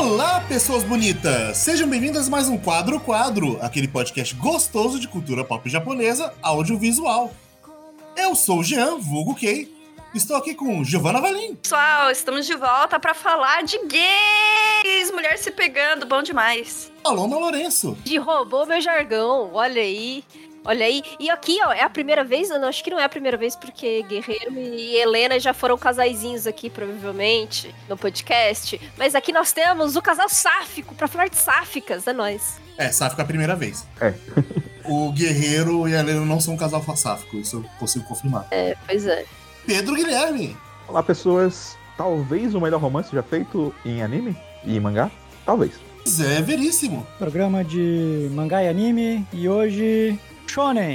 Olá, pessoas bonitas! Sejam bem-vindas a mais um Quadro Quadro, aquele podcast gostoso de cultura pop japonesa audiovisual. Eu sou o Jean, vulgo Kei. Estou aqui com Giovanna Valim. Pessoal, estamos de volta para falar de gays! Mulher se pegando, bom demais. Paloma Lourenço. De roubou meu jargão, olha aí. Olha aí. E aqui, ó, é a primeira vez? Não, acho que não é a primeira vez, porque Guerreiro e Helena já foram casaizinhos aqui, provavelmente, no podcast. Mas aqui nós temos o casal sáfico, pra falar de sáficas, é nóis. É, sáfico é a primeira vez. É. O Guerreiro e a Helena não são um casal sáfico, isso eu consigo confirmar. É, pois é. Pedro Guilherme. Olá, pessoas. Talvez o melhor romance já feito em anime e mangá? Talvez. Zé Veríssimo. Programa de mangá e anime, e hoje... Shonen.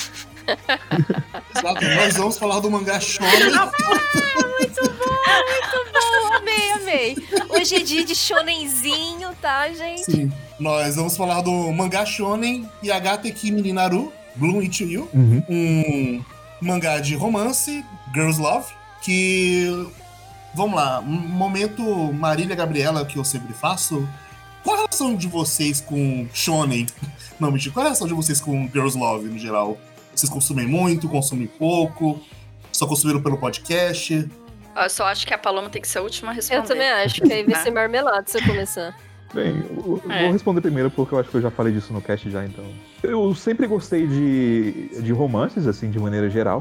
Exato, nós vamos falar do mangá Shonen. Muito bom, amei. Hoje é dia de shonenzinho, tá, gente? Sim, nós vamos falar do mangá Shonen Yagate Kimi ni Naru, Bloom It To You, um mangá de romance, Girls Love, que... Vamos lá, momento Marília Gabriela, que eu sempre faço. Qual a relação de vocês com Shonen? Não, mentira, qual a relação de vocês com Girls Love, no geral? Vocês consumem muito, consumem pouco? Só consumiram pelo podcast? Eu só acho que a Paloma tem que ser a última a responder. Eu também acho, que aí vai ser marmelado se eu começar. Bem, vou responder primeiro porque eu acho que eu já falei disso no cast já, então. Eu sempre gostei de romances, assim, de maneira geral.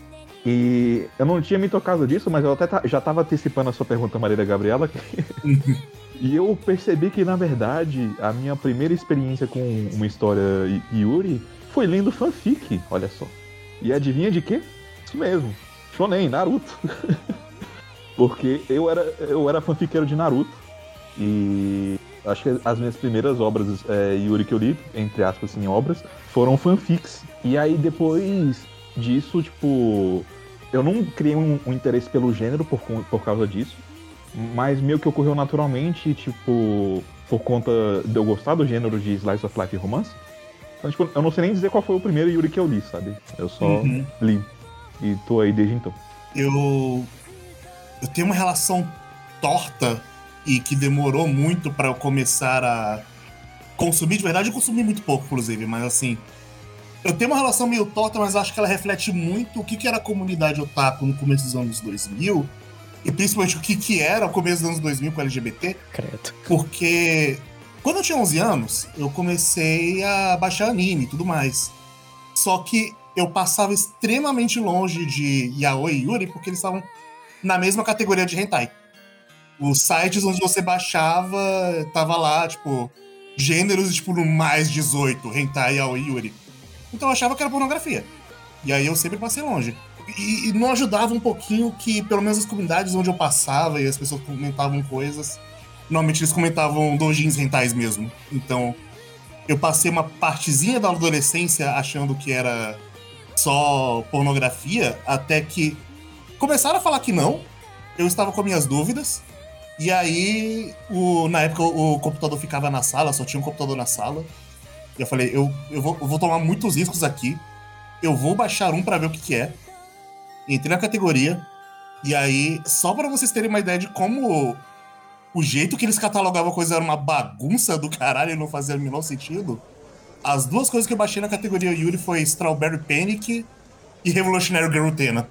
E eu não tinha me tocado disso, mas eu até já tava antecipando a sua pergunta, Marília Gabriela. E eu percebi que, na verdade, a minha primeira experiência com uma história Yuri foi lendo fanfic, olha só. E adivinha de quê? Isso mesmo, Shonen, Naruto. Porque eu era fanfiqueiro de Naruto. E acho que as minhas primeiras obras Yuri que eu li, entre aspas, assim, obras, foram fanfics. E aí, depois disso, tipo... Eu não criei um interesse pelo gênero por causa disso. Mas meio que ocorreu naturalmente, tipo, por conta de eu gostar do gênero de Slice of Life e romance. Então, tipo, eu não sei nem dizer qual foi o primeiro Yuri que eu li, sabe? Eu só li. E tô aí desde então. Eu tenho uma relação torta e que demorou muito pra eu começar a consumir. De verdade, eu consumi muito pouco, inclusive, mas assim... Eu tenho uma relação meio torta, mas acho que ela reflete muito o que era a comunidade otaku no começo dos anos 2000. E principalmente o que era o começo dos anos 2000 com LGBT. Credo. Porque quando eu tinha 11 anos, eu comecei a baixar anime e tudo mais. Só que eu passava extremamente longe de yaoi e yuri porque eles estavam na mesma categoria de hentai. Os sites onde você baixava, tava lá, tipo, gêneros, tipo, no mais 18, hentai, yaoi e yuri. Então eu achava que era pornografia. E aí eu sempre passei longe. E não ajudava um pouquinho que, pelo menos as comunidades onde eu passava e as pessoas comentavam coisas, normalmente eles comentavam doujins rentais mesmo. Então, eu passei uma partezinha da adolescência achando que era só pornografia, até que começaram a falar que não. Eu estava com minhas dúvidas. E aí, na época, o computador ficava na sala, só tinha um computador na sala. E eu falei, eu vou tomar muitos riscos aqui. Eu vou baixar um pra ver o que é. Entrei na categoria, e aí, só pra vocês terem uma ideia de como o jeito que eles catalogavam a coisa era uma bagunça do caralho e não fazia o menor sentido, as duas coisas que eu baixei na categoria Yuri foi Strawberry Panic e Revolutionary Girl Utena.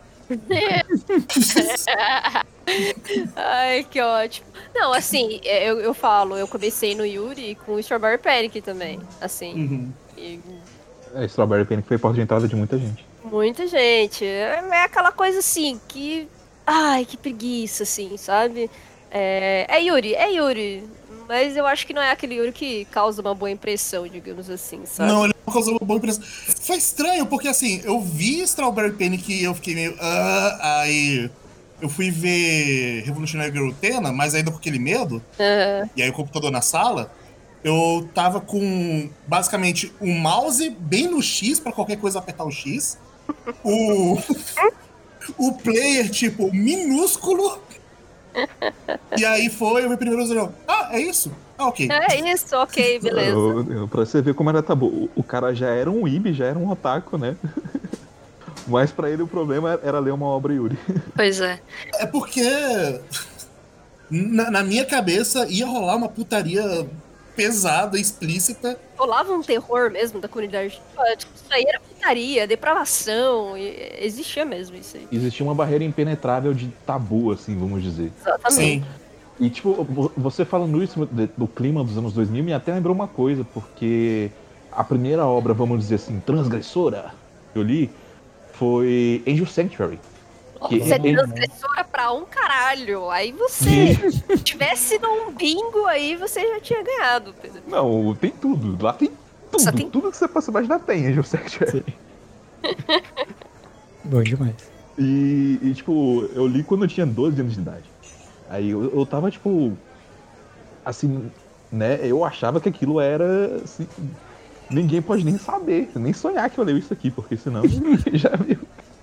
Ai, que ótimo. Não, assim, eu falo, eu comecei no Yuri com o Strawberry Panic também, assim. E... Strawberry Panic foi porta de entrada de muita gente. Muita gente. É aquela coisa assim, que... Ai, que preguiça, assim, sabe? É Yuri. Mas eu acho que não é aquele Yuri que causa uma boa impressão, digamos assim, sabe? Não, ele não causou uma boa impressão. Foi estranho, porque assim, eu vi Strawberry Panic e eu fiquei meio... aí eu fui ver Revolutionary Girl Utena, mas ainda com aquele medo. E aí o computador na sala... Eu tava com, basicamente, um mouse bem no X, pra qualquer coisa apertar o X. O player, tipo, minúsculo. E aí eu vi primeiro usando. É isso? Ok. É isso, ok, beleza. Pra você ver como era tabu. O cara já era um weeb, já era um otaku, né? Mas pra ele o problema era ler uma obra Yuri. Pois é. É porque... Na minha cabeça ia rolar uma putaria pesada, explícita. Rolava um terror mesmo da comunidade. Tipo, isso aí era putaria, depravação. Existia mesmo isso aí. Existia uma barreira impenetrável de tabu, assim, vamos dizer. Exatamente. Sim. E, tipo, você falando isso do clima dos anos 2000 me até lembrou uma coisa, porque a primeira obra, vamos dizer assim, transgressora que eu li foi Angel Sanctuary. Você é transgressora pra um caralho. Aí você tivesse num bingo aí, você já tinha ganhado, Pedro. Não, tem tudo. Lá tem tudo. Só tem- Tudo que você possa imaginar tem Angel Sanctuary. Bom demais. E, tipo, eu li quando eu tinha 12 anos de idade. Aí eu tava, tipo, assim, né? Eu achava que aquilo era, assim, ninguém pode nem saber, nem sonhar que eu leio isso aqui, porque senão já viu.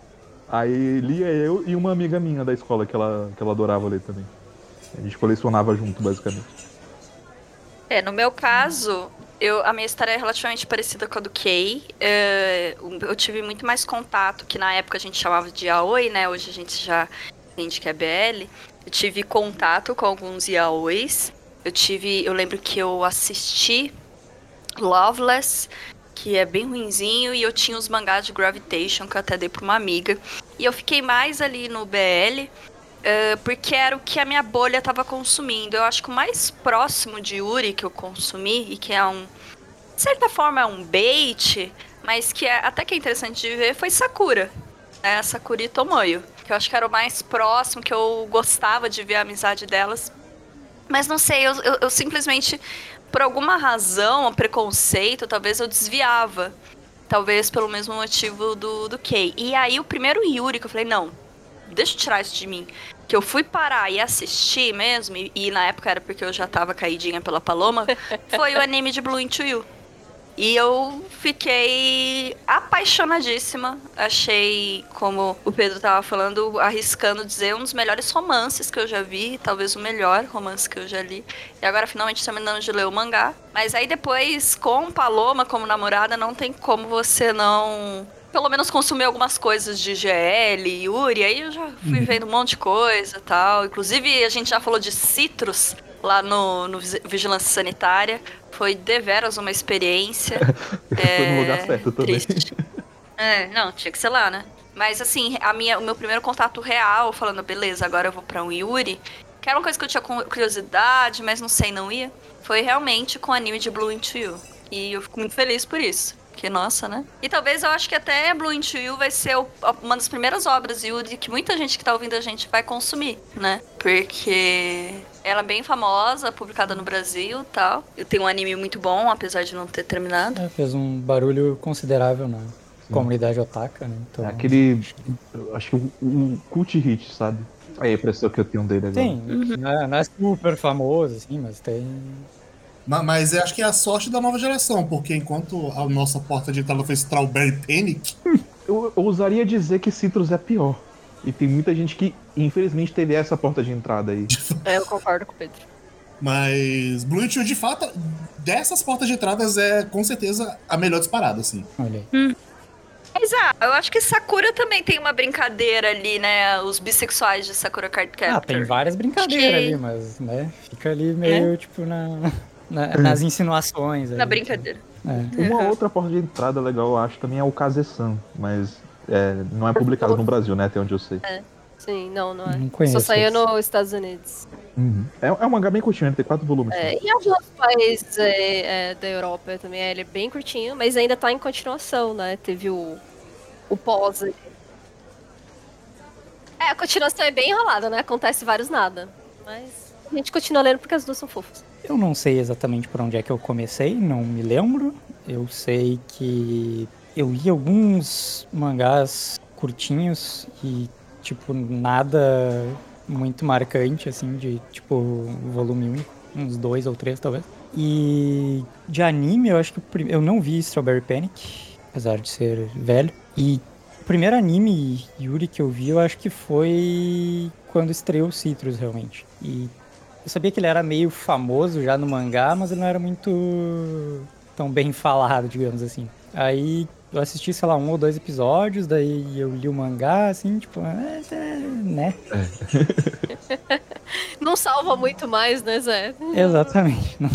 Aí lia eu e uma amiga minha da escola que ela adorava ler também. A gente colecionava junto, basicamente. No meu caso, a minha história é relativamente parecida com a do Kay. Eu tive muito mais contato, que na época a gente chamava de yaoi, né? Hoje a gente já entende que é BL. Eu tive contato com alguns yaois. Eu lembro que eu assisti Loveless, que é bem ruinzinho, e eu tinha os mangás de Gravitation, que eu até dei pra uma amiga. E eu fiquei mais ali no BL, porque era o que a minha bolha tava consumindo. Eu acho que o mais próximo de Yuri que eu consumi, e que é de certa forma é um bait, mas que até que é interessante de ver, foi Sakura. Sakura e Tomoyo, que eu acho que era o mais próximo, que eu gostava de ver a amizade delas. Mas não sei, eu simplesmente, por alguma razão, um preconceito, talvez eu desviava. Talvez pelo mesmo motivo do Kay. E aí o primeiro Yuri que eu falei, não, deixa eu tirar isso de mim. Que eu fui parar e assistir mesmo, e na época era porque eu já tava caidinha pela Paloma, foi o anime de Blue Into You. E eu fiquei apaixonadíssima. Achei, como o Pedro tava falando, arriscando dizer, um dos melhores romances que eu já vi. Talvez o melhor romance que eu já li. E agora finalmente terminando de ler o mangá. Mas aí depois, com Paloma como namorada, não tem como você não... Pelo menos consumir algumas coisas de GL, Yuri. Aí eu já fui vendo um monte de coisa e tal. Inclusive, a gente já falou de Citrus lá no Vigilância Sanitária. Foi deveras uma experiência. Foi no lugar certo também. Triste. Não, tinha que ser lá, né? Mas assim, o meu primeiro contato real, falando, beleza, agora eu vou pra um Yuri, que era uma coisa que eu tinha curiosidade, mas não sei, não ia, foi realmente com o anime de Blue Into You. E eu fico muito feliz por isso. Que nossa, né? E talvez eu acho que até Blue Into You vai ser uma das primeiras obras Yuri que muita gente que tá ouvindo a gente vai consumir, né? Porque ela é bem famosa, publicada no Brasil e tal. Eu tenho um anime muito bom, apesar de não ter terminado. Fez um barulho considerável na comunidade otaka, né? Então... Aquele, acho que um cult hit, sabe? É a impressão que eu tenho dele agora. Sim, não é super famoso, assim, mas tem... Mas eu acho que é a sorte da nova geração, porque enquanto a nossa porta de entrada foi Strawberry Panic... Eu ousaria dizer que Citrus é pior. E tem muita gente que, infelizmente, teve essa porta de entrada aí. Eu concordo com o Pedro. Mas Blue Into You, de fato, dessas portas de entradas é, com certeza, a melhor disparada, assim. Olha aí. Exato, eu acho que Sakura também tem uma brincadeira ali, né? Os bissexuais de Sakura Card Captor. Tem várias brincadeiras ali, mas, né, fica ali meio, tipo, nas insinuações. Na aí, brincadeira. Uma outra porta de entrada legal, eu acho, também é o Kaze-san, mas não é publicado no Brasil, né, até onde eu sei. Sim, não é. Não conheço Só saiu esse. nos Estados Unidos. Uhum. É um mangá bem curtinho, ele tem 4 volumes. E alguns países da Europa também, ele é bem curtinho, mas ainda tá em continuação, né? Teve o pós. A continuação é bem enrolada, né? Acontece vários nada. Mas a gente continua lendo porque as duas são fofas. Eu não sei exatamente por onde é que eu comecei, não me lembro. Eu sei que eu li alguns mangás curtinhos e, tipo, nada muito marcante, assim, de, tipo, volume único. Uns 2 ou 3, talvez. E de anime, eu acho que eu não vi Strawberry Panic, apesar de ser velho. E o primeiro anime Yuri que eu vi, eu acho que foi quando estreou Citrus, realmente. E eu sabia que ele era meio famoso já no mangá, mas ele não era muito tão bem falado, digamos assim. Aí Eu assisti, sei lá, 1 ou 2 episódios, daí eu li o mangá, assim, tipo, né? Não salva muito mais, né, Zé? Exatamente. Não.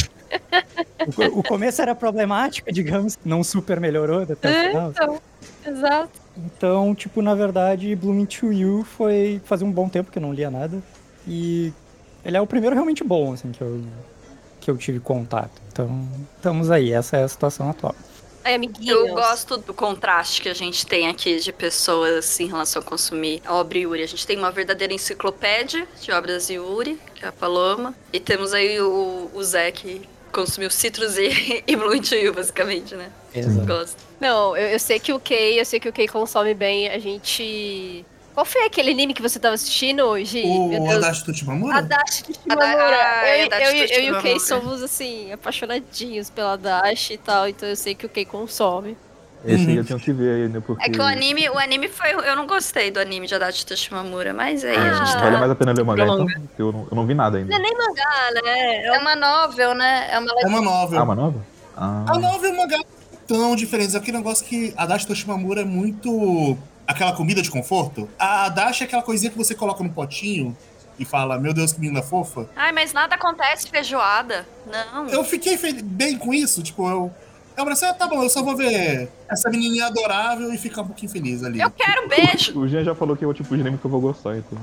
O começo era problemático, digamos, não super melhorou até o final. Então, exato. Então, tipo, na verdade, Blooming to You foi fazer um bom tempo que eu não lia nada. E ele é o primeiro realmente bom, assim, que eu tive contato. Então, estamos aí, essa é a situação atual. Ai, amiguinhos. Eu gosto do contraste que a gente tem aqui de pessoas assim, em relação a consumir a obra Yuri. A gente tem uma verdadeira enciclopédia de obras Yuri, que é a Paloma. E temos aí o Zé, que consumiu Citrus e Blooming to You, basicamente, né? Exato. Gosto. Não, eu sei que o Kay consome bem. A gente... Qual foi aquele anime que você tava assistindo hoje? O Adachi to Shimamura? Adachi to Shimamura. Adachi to Eu e o Kay Shimamura. somos, assim, apaixonadinhos pela Adachi e tal, então eu sei que o Kay consome. Esse aí eu tenho que ver ainda, porque... É que o anime foi... Eu não gostei do anime de Adachi to Shimamura, mas aí a Ah, gente tá... Vale mais a pena ler o mangá, então? longa. Porque eu não vi nada ainda. Não é nem mangá, né? É uma novel, né? É uma É uma novel. Ah, uma nova? Ah, A novel e o mangá tão diferentes. Aquele negócio que a Adachi to Shimamura é muito aquela comida de conforto. A Adachi é aquela coisinha que você coloca no potinho e fala, meu Deus, que menina fofa. Ai, mas nada acontece feijoada. Não. Eu fiquei bem com isso, tipo, eu abracei, tá bom, eu só vou ver essa menininha adorável e ficar um pouquinho feliz ali. Eu quero beijo. o Jean já falou que é o tipo de anime que eu vou gostar, então...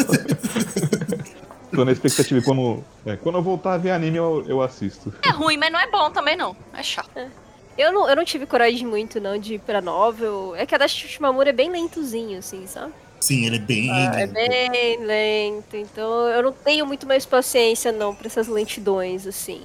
Tô na expectativa. Quando eu voltar a ver anime, eu assisto. É ruim, mas não é bom também, não. É chato. Eu não tive coragem muito, não, de ir pra novel. É que a Adachi to Shimamura é bem lentozinho, assim, sabe? Sim, ele é bem... É bem lento, então eu não tenho muito mais paciência, não, pra essas lentidões, assim.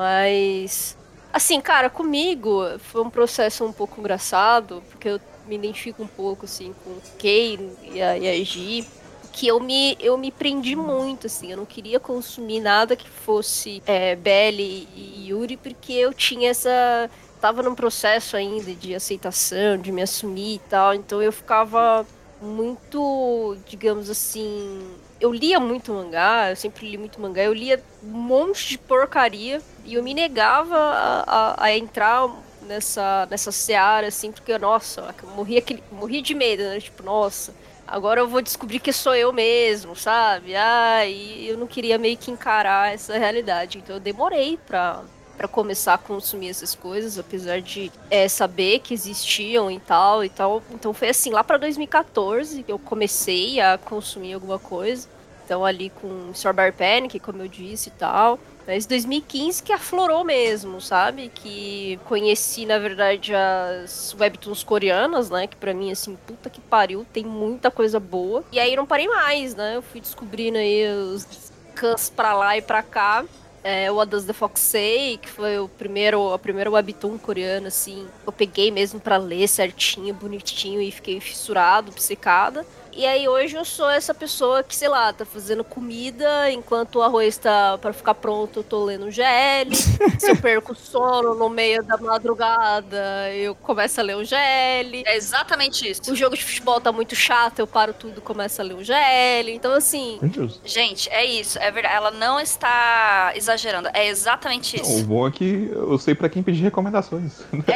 Mas, assim, cara, comigo foi um processo um pouco engraçado, porque eu me identifico um pouco, assim, com o Kay e a Gi, que eu me prendi muito, assim, eu não queria consumir nada que fosse Belly e Yuri, porque eu tinha tava num processo ainda de aceitação, de me assumir e tal, então eu ficava muito, digamos assim, eu lia muito mangá, eu sempre li muito mangá, eu lia um monte de porcaria e eu me negava a entrar nessa seara, assim, porque, nossa, eu morria de medo, né? Tipo, nossa, agora eu vou descobrir que sou eu mesmo, sabe? E eu não queria meio que encarar essa realidade, então eu demorei pra começar a consumir essas coisas, apesar de saber que existiam e tal. Então foi assim, lá pra 2014 que eu comecei a consumir alguma coisa. Então ali com Strawberry Panic, como eu disse e tal. Mas 2015 que aflorou mesmo, sabe? Que conheci, na verdade, as webtoons coreanas, né? Que pra mim, assim, puta que pariu, tem muita coisa boa. E aí não parei mais, né? Eu fui descobrindo aí os cans pra lá e pra cá. O Does the Fox Say, que foi a primeira webtoon coreana, assim. Eu peguei mesmo pra ler certinho, bonitinho, e fiquei fissurado, obcecada. E aí hoje eu sou essa pessoa que, sei lá, tá fazendo comida, enquanto o arroz tá pra ficar pronto, eu tô lendo GL. Se eu perco o sono no meio da madrugada, eu começo a ler o GL. É exatamente isso. O jogo de futebol tá muito chato, eu paro tudo e começo a ler o GL. Então, assim... Gente, é isso, é verdade. Ela não está exagerando, é exatamente isso. O bom é que eu sei pra quem pedir recomendações.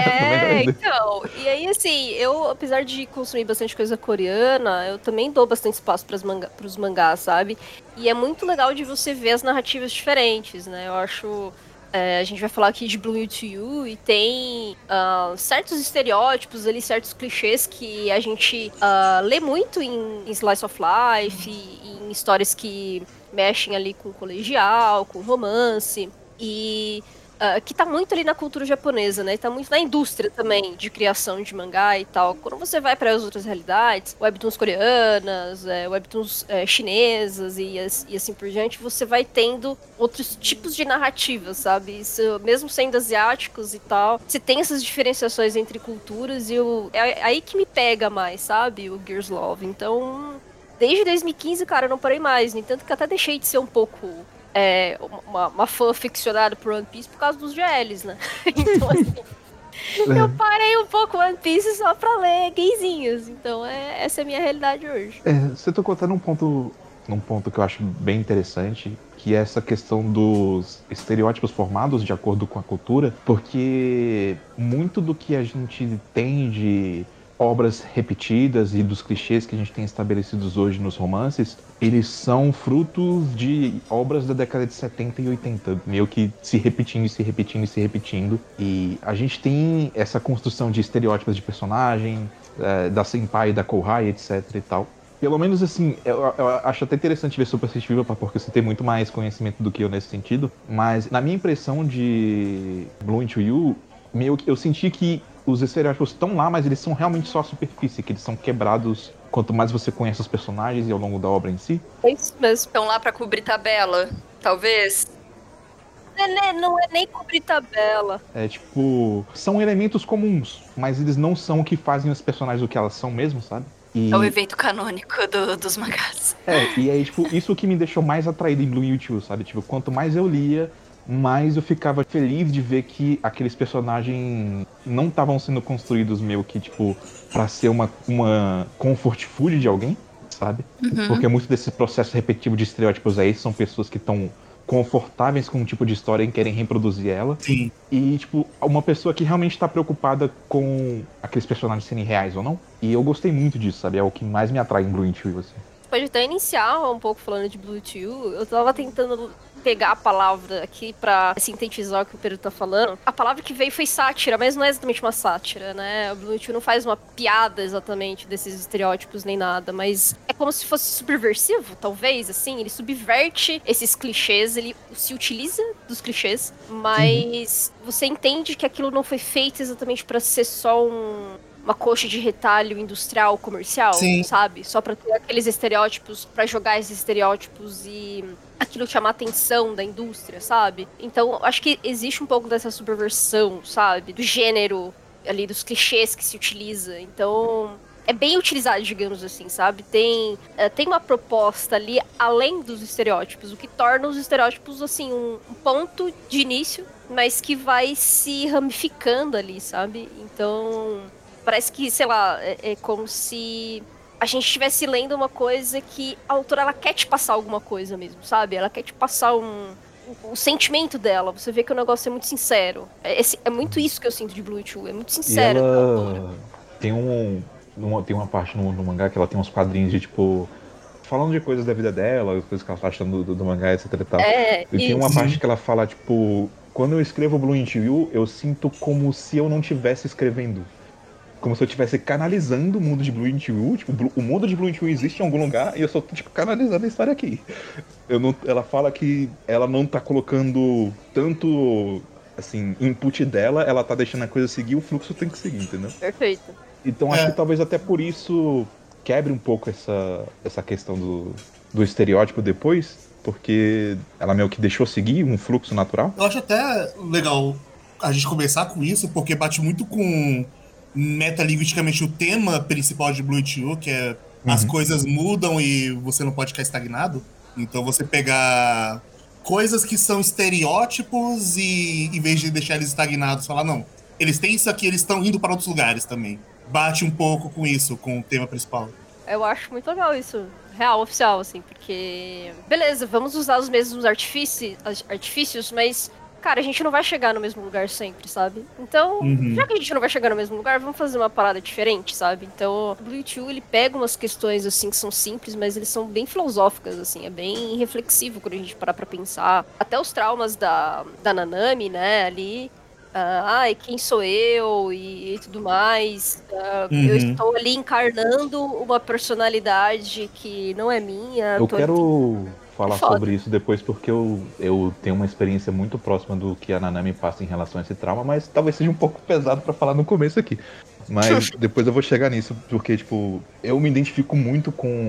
Então. E aí, assim, eu, apesar de consumir bastante coisa coreana, eu também dou bastante espaço pros mangás, sabe? E é muito legal de você ver as narrativas diferentes, né? Eu acho... a gente vai falar aqui de Blooming to You e tem certos estereótipos ali, certos clichês que a gente lê muito em Slice of Life, em histórias que mexem ali com colegial, com romance, e que tá muito ali na cultura japonesa, né? E tá muito na indústria também de criação de mangá e tal. Quando você vai para as outras realidades, webtoons coreanas, webtoons chinesas e assim por diante, você vai tendo outros tipos de narrativas, sabe? Isso, mesmo sendo asiáticos e tal, você tem essas diferenciações entre culturas e é aí que me pega mais, sabe? O Gears Love. Então, desde 2015, cara, eu não parei mais. No entanto que até deixei de ser um pouco... uma fã ficcionada por One Piece por causa dos GLs, né? Então, assim, eu parei um pouco One Piece só pra ler gayzinhos. Então, essa é a minha realidade hoje. Você tocou até num ponto num ponto que eu acho bem interessante, que é essa questão dos estereótipos formados de acordo com a cultura, porque muito do que a gente tem de obras repetidas e dos clichês que a gente tem estabelecidos hoje nos romances, eles são frutos de obras da década de 70 e 80, meio que se repetindo e se repetindo e se repetindo. E a gente tem essa construção de estereótipos de personagem, da senpai, da Kouhai, etc e tal. Pelo menos assim, eu acho até interessante ver sua perspectiva, porque você tem muito mais conhecimento do que eu nesse sentido, mas na minha impressão de Blue Into You, meio que eu senti que os estereótipos estão lá, mas eles são realmente só a superfície, que eles são quebrados quanto mais você conhece os personagens e ao longo da obra em si. É isso mesmo. Estão lá pra cobrir tabela, talvez. Não é nem cobrir tabela. É tipo, são elementos comuns, mas eles não são o que fazem os personagens o que elas são mesmo, sabe? E... É o evento canônico dos mangás. E aí, tipo, isso que me deixou mais atraído em Blue Into You, sabe? Tipo, quanto mais eu lia, mais eu ficava feliz de ver que aqueles personagens não estavam sendo construídos meio que, tipo, pra ser uma comfort food de alguém, sabe? Uhum. Porque muito desse processo repetitivo de estereótipos aí são pessoas que estão confortáveis com um tipo de história e querem reproduzir ela. Sim. E, tipo, uma pessoa que realmente tá preocupada com aqueles personagens serem reais ou não. E eu gostei muito disso, sabe? É o que mais me atrai em Blue Into You, assim. Pode até iniciar um pouco falando de Blue Into You. Eu tava tentando pegar a palavra aqui pra sintetizar o que o Pedro tá falando. A palavra que veio foi sátira, mas não é exatamente uma sátira, né? O Blue Into You não faz uma piada exatamente desses estereótipos nem nada, mas é como se fosse subversivo, talvez, assim. Ele subverte esses clichês, ele se utiliza dos clichês, mas você entende que aquilo não foi feito exatamente pra ser só uma coxa de retalho industrial, comercial, Sim. sabe? Só pra ter aqueles estereótipos, pra jogar esses estereótipos e aquilo chamar a atenção da indústria, sabe? Então, acho que existe um pouco dessa subversão, sabe? Do gênero ali, dos clichês que se utiliza. Então, é bem utilizado, digamos assim, sabe? Tem uma proposta ali além dos estereótipos, o que torna os estereótipos, assim, um ponto de início, mas que vai se ramificando ali, sabe? Então... parece que, sei lá, é como se a gente estivesse lendo uma coisa que a autora, ela quer te passar alguma coisa mesmo, sabe? Ela quer te passar o sentimento dela. Você vê que o negócio é muito sincero. É muito isso que eu sinto de Blue Into You. É muito sincero. E ela tem uma parte no mangá que ela tem uns quadrinhos de, tipo, falando de coisas da vida dela, coisas que ela tá achando do mangá, etc e tal. E tem uma parte que ela fala, tipo, quando eu escrevo Blue Into You, eu sinto como se eu não estivesse escrevendo. Como se eu estivesse canalizando o mundo de Blue Into You. Tipo, o mundo de Blue Into You existe em algum lugar e eu só tô, tipo, canalizando a história aqui. Ela fala que ela não tá colocando tanto, assim, input dela, ela tá deixando a coisa seguir, o fluxo tem que seguir, entendeu? Perfeito. Então acho que talvez até por isso quebre um pouco essa questão do estereótipo depois, porque ela meio que deixou seguir um fluxo natural. Eu acho até legal a gente começar com isso, porque bate muito com metalinguisticamente o tema principal de Blue Into You, que é as coisas mudam e você não pode ficar estagnado. Então você pegar coisas que são estereótipos e, em vez de deixar eles estagnados, falar, não, eles têm isso aqui, eles estão indo para outros lugares também. Bate um pouco com isso, com o tema principal. Eu acho muito legal isso. Real, oficial, assim, porque... beleza, vamos usar os mesmos artifícios, mas... cara, a gente não vai chegar no mesmo lugar sempre, sabe? Então, já que a gente não vai chegar no mesmo lugar, vamos fazer uma parada diferente, sabe? Então, o Blue Into You, ele pega umas questões, assim, que são simples, mas eles são bem filosóficas, assim. É bem reflexivo quando a gente parar pra pensar. Até os traumas da Nanami, né, ali. Quem sou eu e tudo mais. Eu estou ali encarnando uma personalidade que não é minha. Eu quero falar sobre isso depois, porque eu tenho uma experiência muito próxima do que a Nanami passa em relação a esse trauma, mas talvez seja um pouco pesado pra falar no começo aqui. Mas depois eu vou chegar nisso, porque, tipo, eu me identifico muito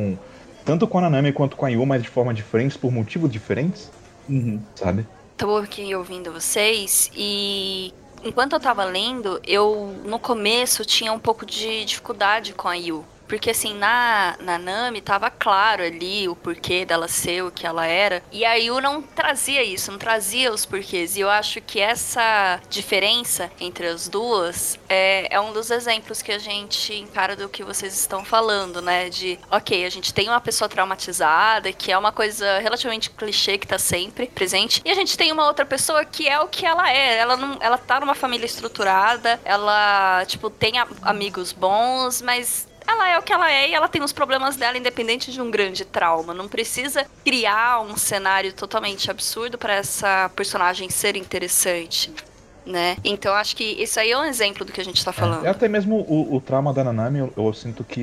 tanto com a Nanami quanto com a Yu, mas de forma diferente, por motivos diferentes, sabe? Tô aqui ouvindo vocês e enquanto eu tava lendo, eu no começo tinha um pouco de dificuldade com a Yu. Porque, assim, na Nami tava claro ali o porquê dela ser o que ela era. E a Yu não trazia isso, não trazia os porquês. E eu acho que essa diferença entre as duas é um dos exemplos que a gente encara do que vocês estão falando, né? De, ok, a gente tem uma pessoa traumatizada, que é uma coisa relativamente clichê que tá sempre presente. E a gente tem uma outra pessoa que é o que ela é. Ela tá numa família estruturada, ela, tipo, tem amigos bons, mas ela é o que ela é e ela tem os problemas dela independente de um grande trauma. Não precisa criar um cenário totalmente absurdo para essa personagem ser interessante, né? Então acho que isso aí é um exemplo do que a gente tá falando. Até mesmo o trauma da Nanami, eu sinto que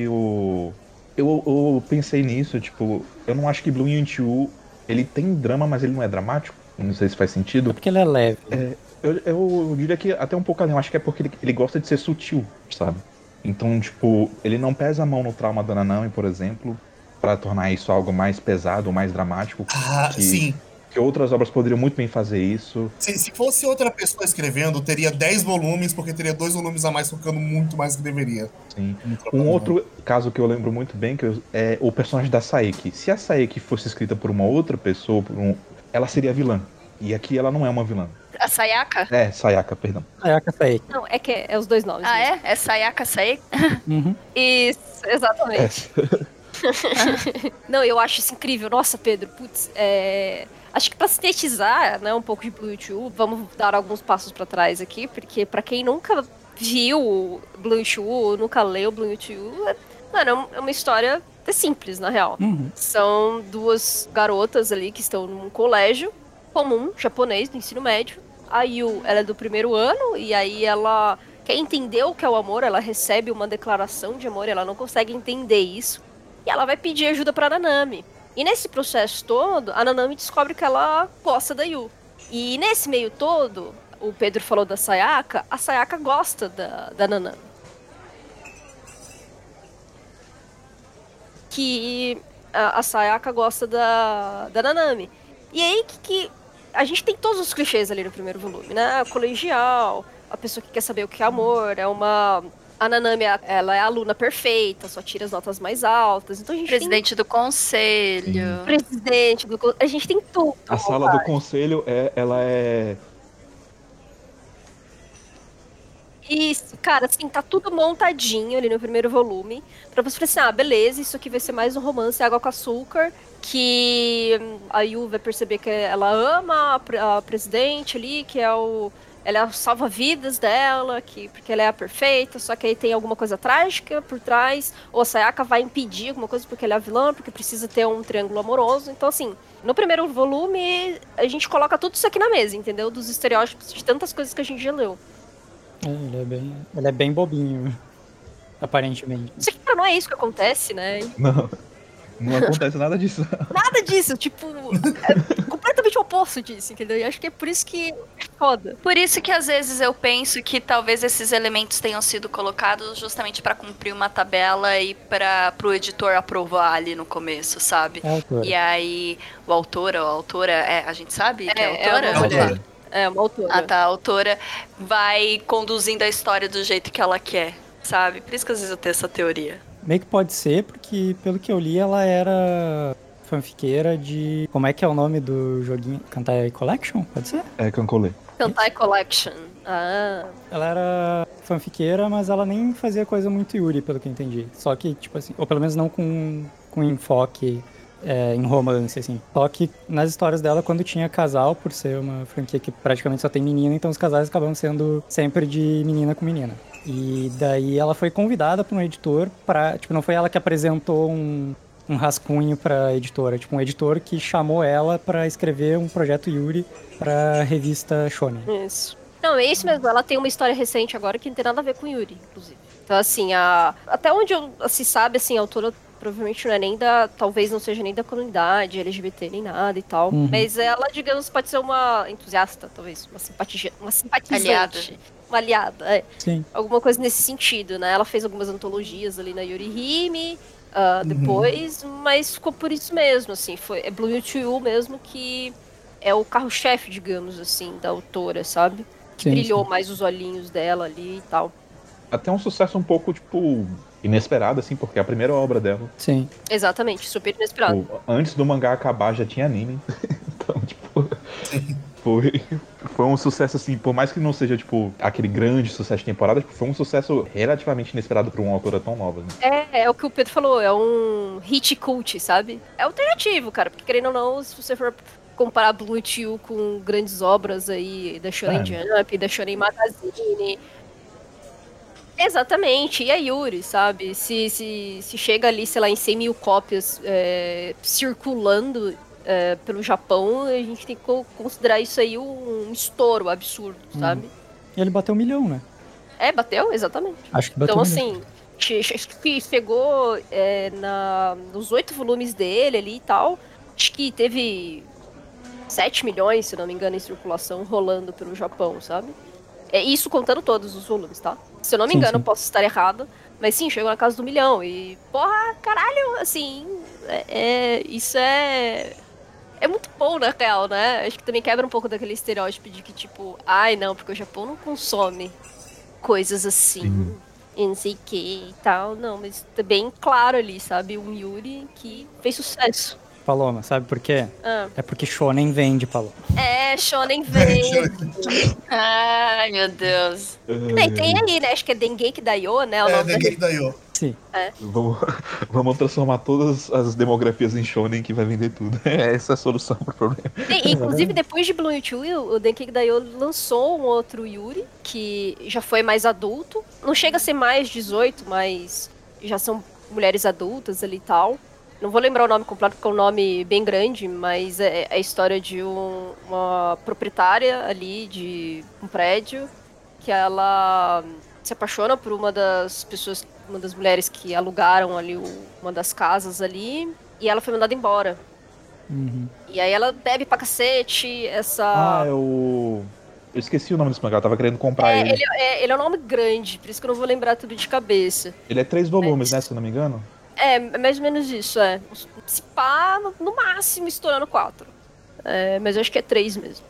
eu pensei nisso, tipo, eu não acho que Blue Yuntiu, ele tem drama, mas ele não é dramático. Não sei se faz sentido. É porque ele é leve. Eu diria que até um pouco além, eu acho que é porque ele gosta de ser sutil, sabe? Então, tipo, ele não pesa a mão no trauma da Nanami, por exemplo, pra tornar isso algo mais pesado, mais dramático. Sim. Que outras obras poderiam muito bem fazer isso. Se fosse outra pessoa escrevendo, teria 10 volumes, porque teria 2 volumes a mais tocando muito mais do que deveria. Sim. Um outro caso que eu lembro muito bem é o personagem da Saeki. Se a Saeki fosse escrita por uma outra pessoa, ela seria vilã. E aqui ela não é uma vilã. A Sayaka? É, Sayaka, perdão. Sayaka Saeki. Não, é que é os dois nomes. Ah, mesmo. é? É Sayaka Saeki? Uhum. Isso, exatamente. Não, eu acho isso incrível. Nossa, Pedro, putz, acho que pra sintetizar, né, um pouco de Blue Yuntiu, vamos dar alguns passos pra trás aqui, porque pra quem nunca viu Blue Yuntiu, nunca leu Blue Yuntiu, mano, é uma história simples, na real. Uhum. São duas garotas ali que estão num colégio comum, japonês, do ensino médio. A Yu, ela é do primeiro ano, e aí ela quer entender o que é o amor, ela recebe uma declaração de amor, e ela não consegue entender isso. E ela vai pedir ajuda pra Nanami. E nesse processo todo, a Nanami descobre que ela gosta da Yu. E nesse meio todo, o Pedro falou da Sayaka, a Sayaka gosta da Nanami. Que a Sayaka gosta da Nanami. E aí que a gente tem todos os clichês ali no primeiro volume, né? O colegial, a pessoa que quer saber o que é amor, a Nanami, ela é a aluna perfeita, só tira as notas mais altas. Então a gente Presidente do conselho. Presidente do conselho. A gente tem tudo. A sala do conselho, ela é... Isso, cara, assim, tá tudo montadinho ali no primeiro volume. Pra você falar assim, beleza, isso aqui vai ser mais um romance água com açúcar. Que a Yu vai perceber que ela ama a presidente ali, que ela é a salva-vidas dela, porque ela é a perfeita, só que aí tem alguma coisa trágica por trás, ou a Sayaka vai impedir alguma coisa porque ela é a vilã, porque precisa ter um triângulo amoroso. Então, assim, no primeiro volume, a gente coloca tudo isso aqui na mesa, entendeu? Dos estereótipos de tantas coisas que a gente já leu. Ele é bem bobinho, aparentemente. Isso aqui não é isso que acontece, né? Não acontece nada disso. Nada disso, tipo, é completamente o oposto disso, entendeu? E acho que é por isso que é foda. Por isso que às vezes eu penso que talvez esses elementos tenham sido colocados justamente pra cumprir uma tabela e pro editor aprovar ali no começo, sabe? E aí o autor ou a autora, a gente sabe que é autora? É uma mulher. É uma autora. Ah, tá. A autora vai conduzindo a história do jeito que ela quer, sabe? Por isso que às vezes eu tenho essa teoria. Meio que pode ser, porque pelo que eu li, ela era fanfiqueira de... Como é que é o nome do joguinho? Kantai Collection? Pode ser? É, Kankolê. Kantai Collection. Ah. Ela era fanfiqueira, mas ela nem fazia coisa muito Yuri, pelo que eu entendi. Só que, tipo assim, ou pelo menos não com enfoque em romance, assim. Só que nas histórias dela, quando tinha casal, por ser uma franquia que praticamente só tem menina, então os casais acabam sendo sempre de menina com menina. E daí ela foi convidada por um editor pra... Tipo, não foi ela que apresentou um rascunho pra editora. Tipo, um editor que chamou ela pra escrever um projeto Yuri pra revista Shonen. Isso. Não, é isso mesmo. Ela tem uma história recente agora que não tem nada a ver com Yuri, inclusive. Então, assim, até onde se sabe, assim, a autora provavelmente não é nem talvez não seja nem da comunidade LGBT, nem nada e tal. Uhum. Mas ela, digamos, pode ser uma entusiasta, talvez, uma simpatizante. Aliada. Uma aliada, Sim. Alguma coisa nesse sentido, né? Ela fez algumas antologias ali na Yuri Hime, depois, mas ficou por isso mesmo, assim. É Blue Yuntiu mesmo que é o carro-chefe, digamos assim, da autora, sabe? Que brilhou mais os olhinhos dela ali e tal. Até um sucesso um pouco, tipo, inesperado, assim, porque é a primeira obra dela. Sim. Exatamente, super inesperado. Tipo, antes do mangá acabar já tinha anime. Então, tipo, foi um sucesso, assim, por mais que não seja, tipo, aquele grande sucesso de temporada, tipo, foi um sucesso relativamente inesperado pra uma autora tão nova, né? É o que o Pedro falou, é um hit cult, sabe? É alternativo, cara, porque querendo ou não, se você for comparar Blue Steel com grandes obras aí da Shonen Jump, da Shonen Magazine. Exatamente, e a Yuri, sabe? Se chega ali, sei lá, em 100 mil cópias circulando pelo Japão, a gente tem que considerar isso aí um estouro absurdo, sabe? E ele bateu 1 milhão, né? Bateu, exatamente. Acho que bateu Então, 1 milhão. assim, chegou nos 8 volumes dele ali e tal. Acho que teve 7 milhões, se não me engano, em circulação rolando pelo Japão, sabe? É isso contando todos os volumes, tá? Se eu não me engano, posso estar errado. Mas sim, chegou na casa do 1 milhão. E, porra, caralho, assim. Isso é muito bom, na real, né? Acho que também quebra um pouco daquele estereótipo de que, tipo, ai não, porque o Japão não consome coisas assim, e não sei o que e tal. Não, mas tá bem claro ali, sabe? Um Yuri que fez sucesso. Paloma, sabe por quê? É porque Shonen vende, Paloma. Shonen vende. Ai, meu Deus. Tem aí, né? Acho que é Dengeki Daioh, né? O nome Dengeki Daioh. Sim. Vamos transformar todas as demografias em shonen que vai vender tudo. Essa é a solução pro problema. Inclusive, depois de Blue Yuri, o Dengeki Daioh lançou um outro Yuri, que já foi mais adulto. Não chega a ser mais 18, mas já são mulheres adultas ali e tal. Não vou lembrar o nome completo, porque é um nome bem grande, mas é a história de uma proprietária ali de um prédio, que ela se apaixona por uma das mulheres que alugaram ali uma das casas ali, e ela foi mandada embora. Uhum. E aí ela bebe pra cacete, Eu esqueci o nome desse mangá, eu tava querendo comprar ele. Ele é um nome grande, por isso que eu não vou lembrar tudo de cabeça. Ele é 3 volumes, né, se eu não me engano? É, mais ou menos isso, Se pá, no máximo estourando 4. Mas eu acho que é 3 mesmo.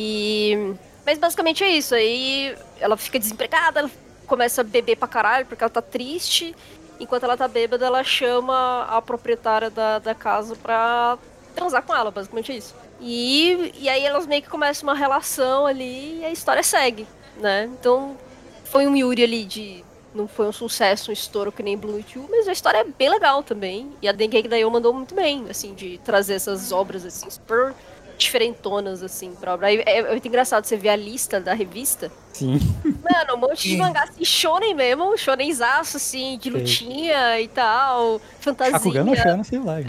Mas basicamente é isso. Aí ela fica desempregada, ela começa a beber pra caralho porque ela tá triste. Enquanto ela tá bêbada, ela chama a proprietária da casa pra transar com ela, basicamente é isso. E aí elas meio que começam uma relação ali e a história segue, né? Então foi um Yuri ali não foi um sucesso, um estouro que nem Blue Two, mas a história é bem legal também. E a Dengeki Daioh mandou muito bem, assim, de trazer essas obras, assim, super diferentonas, assim, pra obra. É muito engraçado você ver a lista da revista. Sim. Mano, um monte de mangá, assim, shonen mesmo, shonenzaço, assim, de lutinha e tal, fantasia. Shakugan no Shana, sei lá.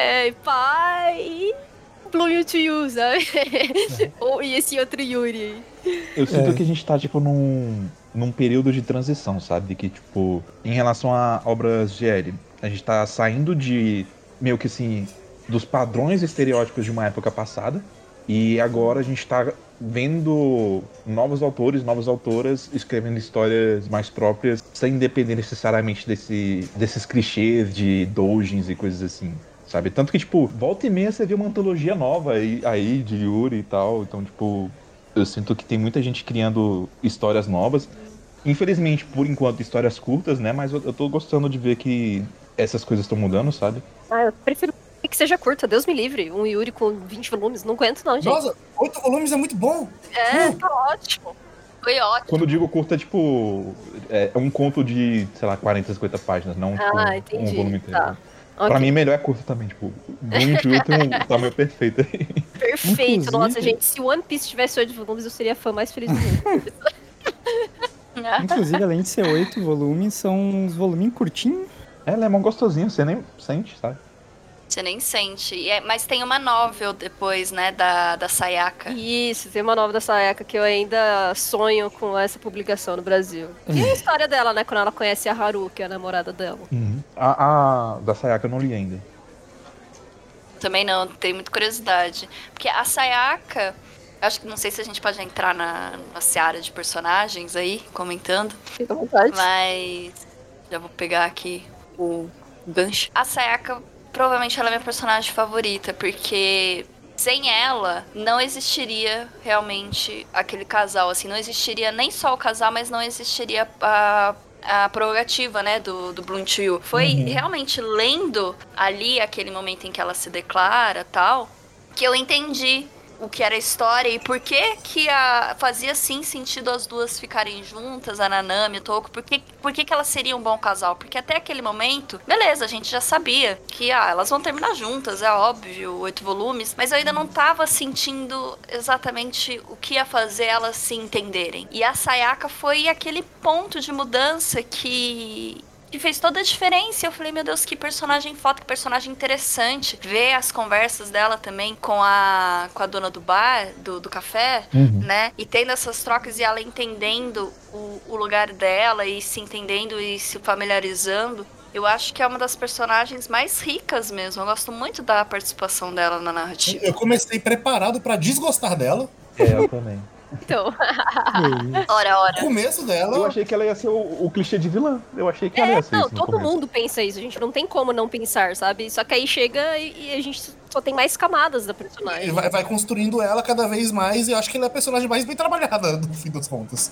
Pai... Blue You, sabe? E esse outro Yuri aí. Eu sinto que a gente tá, tipo, num período de transição, sabe? Que, tipo, em relação a obras GL, a gente tá saindo de, meio que assim, dos padrões estereótipos de uma época passada, e agora a gente tá vendo novos autores, novas autoras escrevendo histórias mais próprias, sem depender necessariamente desses clichês de doujins e coisas assim, sabe? Tanto que, tipo, volta e meia você vê uma antologia nova aí de Yuri e tal, então, tipo, eu sinto que tem muita gente criando histórias novas. Infelizmente, por enquanto, histórias curtas, né? Mas eu tô gostando de ver que essas coisas estão mudando, sabe? Eu prefiro que seja curta, Deus me livre. Um Yuri com 20 volumes, não aguento não, gente. Nossa, 8 volumes é muito bom. Tá ótimo. Foi ótimo. Quando eu digo curta, tipo, é um conto de, sei lá, 40, 50 páginas, não tipo, entendi. Um volume inteiro. Tá. Pra mim, melhor é curto também, tipo, Blue tem um tamanho perfeito aí. Perfeito. Inclusive... Nossa, gente, se One Piece tivesse 8 volumes, eu seria a fã mais feliz do mundo. Inclusive, além de ser 8 volumes, são uns voluminhos curtinhos. Ele é mó gostosinho, você nem sente, sabe? Você nem sente. Mas tem uma novel depois, né, da Sayaka. Isso, tem uma nova da Sayaka que eu ainda sonho com essa publicação no Brasil. E a história dela, né, quando ela conhece a Haru, que é a namorada dela. Uhum. A da Sayaka eu não li ainda. Também não, tenho muita curiosidade. Porque a Sayaka, acho que não sei se a gente pode entrar na seara de personagens aí, comentando. Fica à vontade. Mas já vou pegar aqui o gancho. A Sayaka, provavelmente ela é minha personagem favorita, porque sem ela não existiria realmente aquele casal, assim, não existiria nem só o casal, mas não existiria a prerrogativa, né, do Bloom to You. Foi realmente lendo ali aquele momento em que ela se declara, tal, que eu entendi o que era a história e por que fazia sim sentido as duas ficarem juntas, a Nanami e o Toko, por que elas seriam um bom casal, porque até aquele momento, beleza, a gente já sabia que elas vão terminar juntas, é óbvio, 8 volumes, mas eu ainda não tava sentindo exatamente o que ia fazer elas se entenderem. E a Sayaka foi aquele ponto de mudança que fez toda a diferença. Eu falei, meu Deus, que personagem foda, que personagem interessante. Ver as conversas dela também com a dona do bar, do café, né? E tendo essas trocas e ela entendendo o lugar dela e se entendendo e se familiarizando. Eu acho que é uma das personagens mais ricas mesmo. Eu gosto muito da participação dela na narrativa. Eu comecei preparado pra desgostar dela. Eu também. Então. Ora. No começo dela. Eu achei que ela ia ser o clichê de vilã. Eu achei que ela ia ser isso. Não, todo mundo pensa isso. A gente não tem como não pensar, sabe? Só que aí chega e a gente só tem mais camadas da personagem. Vai construindo ela cada vez mais e eu acho que ela é a personagem mais bem trabalhada, no fim das contas.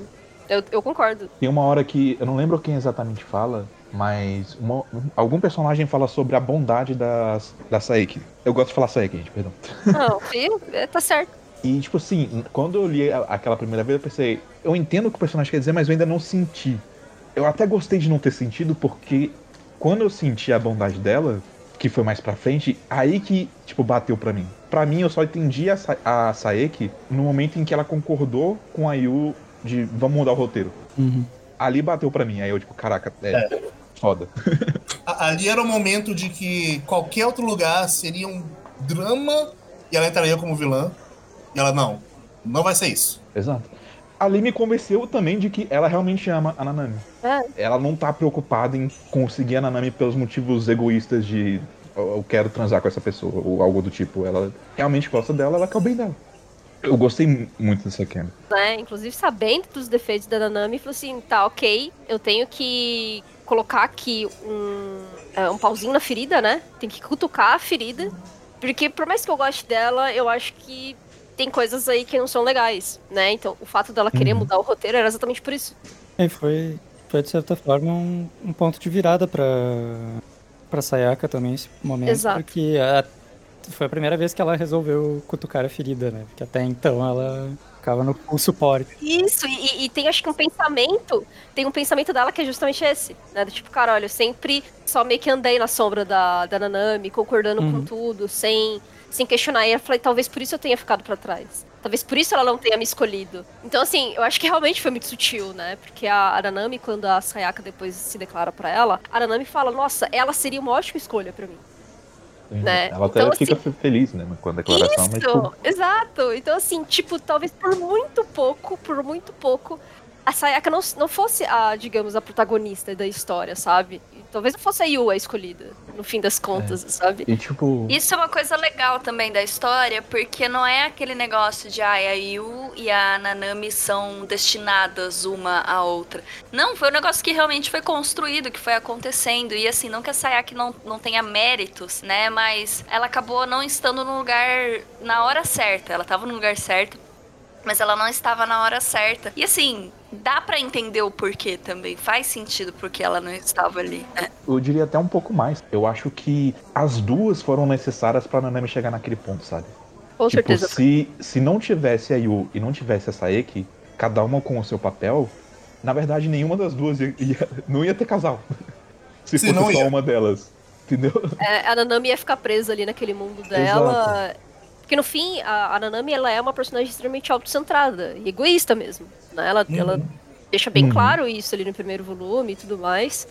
Eu concordo. Tem uma hora que, eu não lembro quem exatamente fala, mas algum personagem fala sobre a bondade da Saeki. Eu gosto de falar Saeki, gente, perdão. Não, filho, tá certo. E, tipo assim, quando eu li aquela primeira vez, eu pensei, eu entendo o que o personagem quer dizer, mas eu ainda não senti. Eu até gostei de não ter sentido, porque quando eu senti a bondade dela, que foi mais pra frente, aí que, tipo, bateu pra mim. Pra mim, eu só entendi a Saeki no momento em que ela concordou com a Yu de vamos mudar o roteiro. Ali bateu pra mim, aí eu, tipo, caraca, foda. Ali era o momento de que qualquer outro lugar seria um drama e ela entraria como vilã. E ela, não vai ser isso. Exato. Ali me convenceu também de que ela realmente ama a Nanami. Ela não tá preocupada em conseguir a Nanami pelos motivos egoístas de eu quero transar com essa pessoa, ou algo do tipo. Ela realmente gosta dela, ela quer o bem dela. Eu gostei muito dessa Ken. Inclusive, sabendo dos defeitos da Nanami, falou assim, tá, ok, eu tenho que colocar aqui um pauzinho na ferida, né? Tem que cutucar a ferida. Porque por mais que eu goste dela, eu acho que tem coisas aí que não são legais, né? Então, o fato dela querer mudar o roteiro era exatamente por isso. Foi de certa forma um ponto de virada pra Sayaka também, esse momento. Exato. Porque foi a primeira vez que ela resolveu cutucar a ferida, né? Porque até então ela ficava no full suporte. Isso, e tem acho que um pensamento dela que é justamente esse, né? Tipo, cara, olha, eu sempre só meio que andei na sombra da Nanami, concordando com tudo, sem questionar. E eu falei, talvez por isso eu tenha ficado pra trás. Talvez por isso ela não tenha me escolhido. Então, assim, eu acho que realmente foi muito sutil, né? Porque a Nanami, quando a Sayaka depois se declara pra ela, a Nanami fala, nossa, ela seria uma ótima escolha pra mim. Né? Ela até então, fica assim, feliz, né, com a declaração. Isso, mas, tipo... exato. Então, assim, tipo, talvez por muito pouco, a Sayaka não fosse digamos, a protagonista da história, sabe? E talvez não fosse a Yu a escolhida, no fim das contas, sabe? E, tipo... Isso é uma coisa legal também da história, porque não é aquele negócio de a Yu e a Nanami são destinadas uma à outra. Não, foi um negócio que realmente foi construído, que foi acontecendo. E assim, não que a Sayaka não tenha méritos, né? Mas ela acabou não estando no lugar na hora certa. Ela estava no lugar certo, mas ela não estava na hora certa. E assim, dá pra entender o porquê também. Faz sentido porque ela não estava ali. Eu diria até um pouco mais. Eu acho que as duas foram necessárias pra Nanami chegar naquele ponto, sabe? Com tipo, certeza. Se não tivesse a Yu e não tivesse a Saeki, cada uma com o seu papel, na verdade nenhuma das duas não ia ter casal. Se fosse não só ia. uma delas. Entendeu? A Nanami ia ficar presa ali naquele mundo dela. Exato. Porque no fim, a Nanami, ela é uma personagem extremamente autocentrada e egoísta mesmo, né? Ela deixa bem claro isso ali no primeiro volume e tudo mais.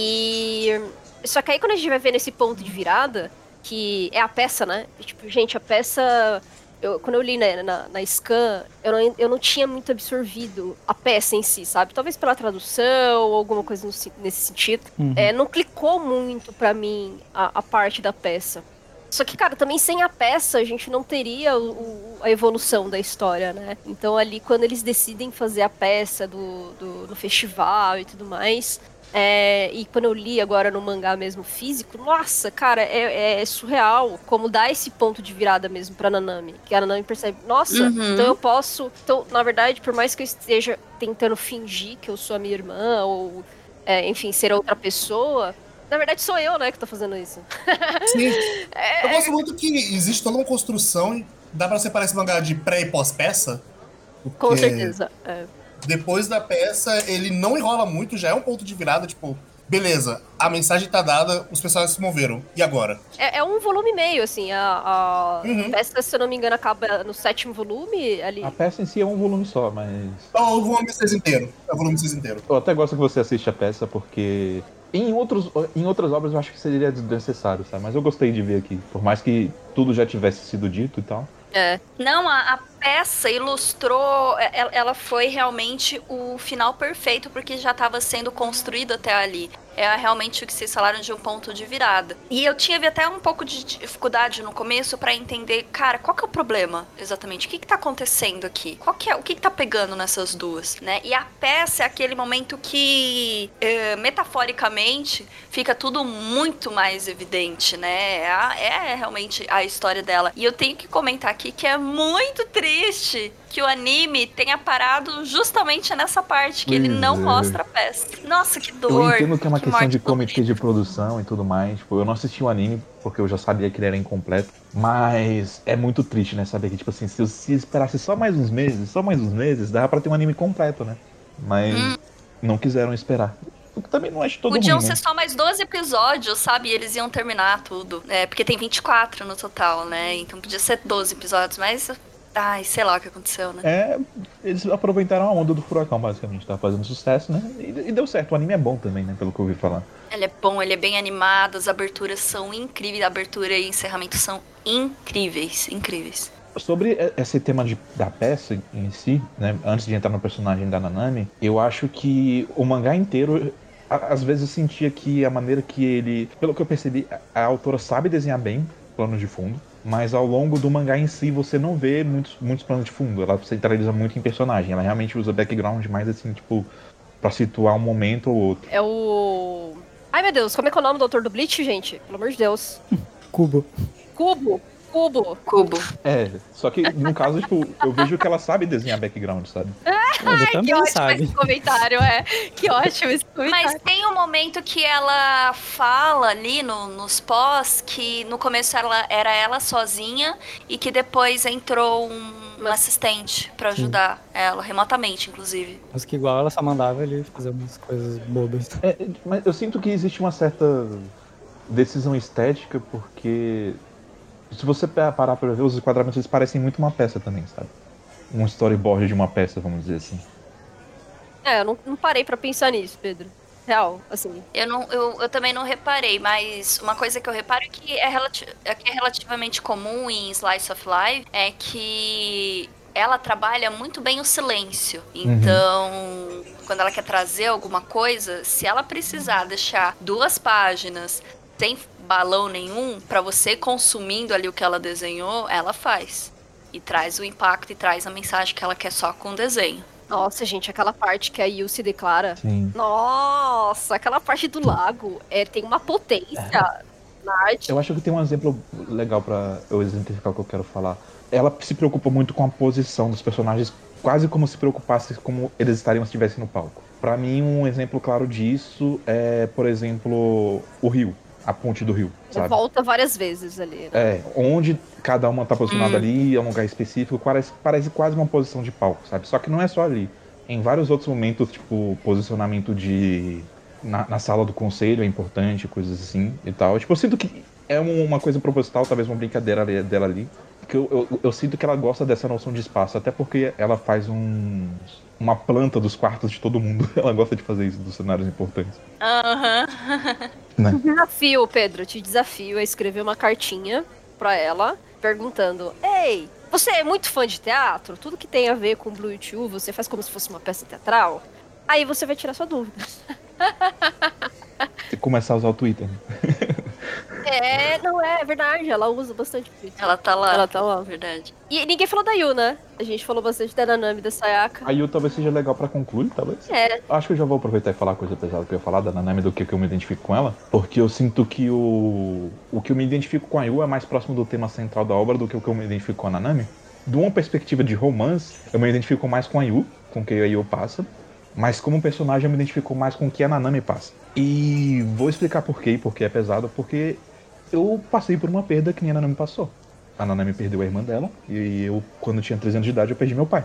Só que aí quando a gente vai ver nesse ponto de virada, que é a peça, né? Tipo, gente, a peça... Quando eu li na Scan, eu não tinha muito absorvido a peça em si, sabe? Talvez pela tradução ou alguma coisa nesse sentido. Não clicou muito pra mim a parte da peça. Só que, cara, também sem a peça a gente não teria a evolução da história, né? Então ali quando eles decidem fazer a peça do festival e tudo mais, E quando eu li agora no mangá mesmo físico, nossa, cara, é surreal como dá esse ponto de virada mesmo pra Nanami. Que a Nanami percebe, nossa, então eu posso... Então, na verdade, por mais que eu esteja tentando fingir que eu sou a minha irmã, ou, enfim, ser outra pessoa... Na verdade, sou eu, né, que tô fazendo isso. Sim. Eu gosto muito que existe toda uma construção e dá pra separar esse mangá de pré e pós-peça. Com certeza. Depois da peça, ele não enrola muito, já é um ponto de virada, tipo, beleza, a mensagem tá dada, os personagens se moveram, e agora? É um volume e meio, assim, a peça, se eu não me engano, acaba no 7º volume ali. A peça em si é um volume só, mas... Então, o volume 6 inteiro. É o volume 6 inteiro. Eu até gosto que você assiste a peça, porque... Em outras obras eu acho que seria desnecessário, sabe? Mas eu gostei de ver aqui, por mais que tudo já tivesse sido dito e tal. Não, a peça ilustrou, ela foi realmente o final perfeito, porque já estava sendo construído até ali. É realmente o que vocês falaram de um ponto de virada. E eu tive até um pouco de dificuldade no começo pra entender, cara, qual que é o problema exatamente? O que tá acontecendo aqui? O que tá pegando nessas duas, né? E a peça é aquele momento que, metaforicamente, fica tudo muito mais evidente, né? É realmente a história dela. E eu tenho que comentar aqui que é muito triste que o anime tenha parado justamente nessa parte, que ele não mostra a peça. Nossa, que dor. Eu entendo que é uma questão de comitê de produção e tudo mais. Tipo, eu não assisti o anime porque eu já sabia que ele era incompleto. Mas é muito triste, né? Saber que, tipo assim, se esperasse só mais uns meses, dava pra ter um anime completo, né? Mas não quiseram esperar. O que também não acho todo Podiam ruim, ser né? só mais 12 episódios, sabe? E eles iam terminar tudo. Porque tem 24 no total, né? Então podia ser 12 episódios, mas... Ai, sei lá o que aconteceu, né? Eles aproveitaram a onda do furacão, basicamente. Tava fazendo sucesso, né? E deu certo. O anime é bom também, né? Pelo que eu ouvi falar. Ele é bom, ele é bem animado, as aberturas são incríveis. A abertura e encerramento são incríveis. Sobre esse tema da peça em si, né? Antes de entrar no personagem da Nanami, eu acho que o mangá inteiro... Às vezes eu sentia que a maneira que ele... Pelo que eu percebi, a autora sabe desenhar bem planos de fundo. Mas ao longo do mangá em si, você não vê muitos planos de fundo. Ela centraliza muito em personagem. Ela realmente usa background mais assim, tipo, pra situar um momento ou outro. É o... Ai, meu Deus, como é que é o nome do autor do Bleach, gente? Pelo amor de Deus. Cubo. Só que no caso, tipo, eu vejo que ela sabe desenhar background, sabe? Ele também que ótimo sabe. esse comentário, Que ótimo esse comentário. Mas tem um momento que ela fala ali nos pós que no começo era ela sozinha e que depois entrou um assistente pra ajudar ela, remotamente, inclusive. Mas que igual ela só mandava ele fazer umas coisas bobas. Mas eu sinto que existe uma certa decisão estética, porque se você parar pra ver, os enquadramentos eles parecem muito uma peça também, sabe? Um storyboard de uma peça, vamos dizer assim. Eu não parei pra pensar nisso, Pedro. Real, assim. Eu também não reparei, mas uma coisa que eu reparo que é relativamente comum em Slice of Life é que ela trabalha muito bem o silêncio. Então, quando ela quer trazer alguma coisa, se ela precisar deixar 2 páginas sem balão nenhum, pra você consumindo ali o que ela desenhou, ela faz. E traz o impacto e traz a mensagem que ela quer só com o desenho. Nossa, gente, aquela parte que a Yu se declara. Sim. Nossa, aquela parte do lago tem uma potência na arte. Eu acho que tem um exemplo legal pra eu exemplificar o que eu quero falar. Ela se preocupa muito com a posição dos personagens, quase como se preocupasse como eles estariam se estivessem no palco. Pra mim, um exemplo claro disso é, por exemplo, o rio. A ponte do rio, sabe? Volta várias vezes ali, né? Onde cada uma tá posicionada ali, é um lugar específico, parece quase uma posição de palco, sabe? Só que não é só ali. Em vários outros momentos, tipo, posicionamento na sala do conselho é importante, coisas assim e tal. Tipo, eu sinto que é uma coisa proposital, talvez uma brincadeira dela ali. Que eu sinto que ela gosta dessa noção de espaço, até porque ela faz uma planta dos quartos de todo mundo. Ela gosta de fazer isso dos cenários importantes. Te desafio, Pedro, te desafio a escrever uma cartinha pra ela, perguntando: Ei, você é muito fã de teatro? Tudo que tem a ver com Blue Two, você faz como se fosse uma peça teatral? Aí você vai tirar sua dúvida. Tem que começar a usar o Twitter, né? Não, é verdade, ela usa bastante Blue. Ela tá lá. Ela tá lá. Verdade. E ninguém falou da Yu, né? A gente falou bastante da Nanami e da Sayaka. A Yu talvez seja legal pra concluir, talvez. É. Acho que eu já vou aproveitar e falar a coisa pesada que eu ia falar da Nanami do que eu me identifico com ela. Porque eu sinto que o que eu me identifico com a Yu é mais próximo do tema central da obra do que o que eu me identifico com a Nanami. De uma perspectiva de romance, eu me identifico mais com a Yu, com o que a Yu passa. Mas como personagem eu me identifico mais com o que a Nanami passa. E vou explicar por quê, porque é pesado, porque eu passei por uma perda que nem a Nanami passou. A Nanami perdeu a irmã dela, e eu, quando tinha 13 anos de idade, eu perdi meu pai.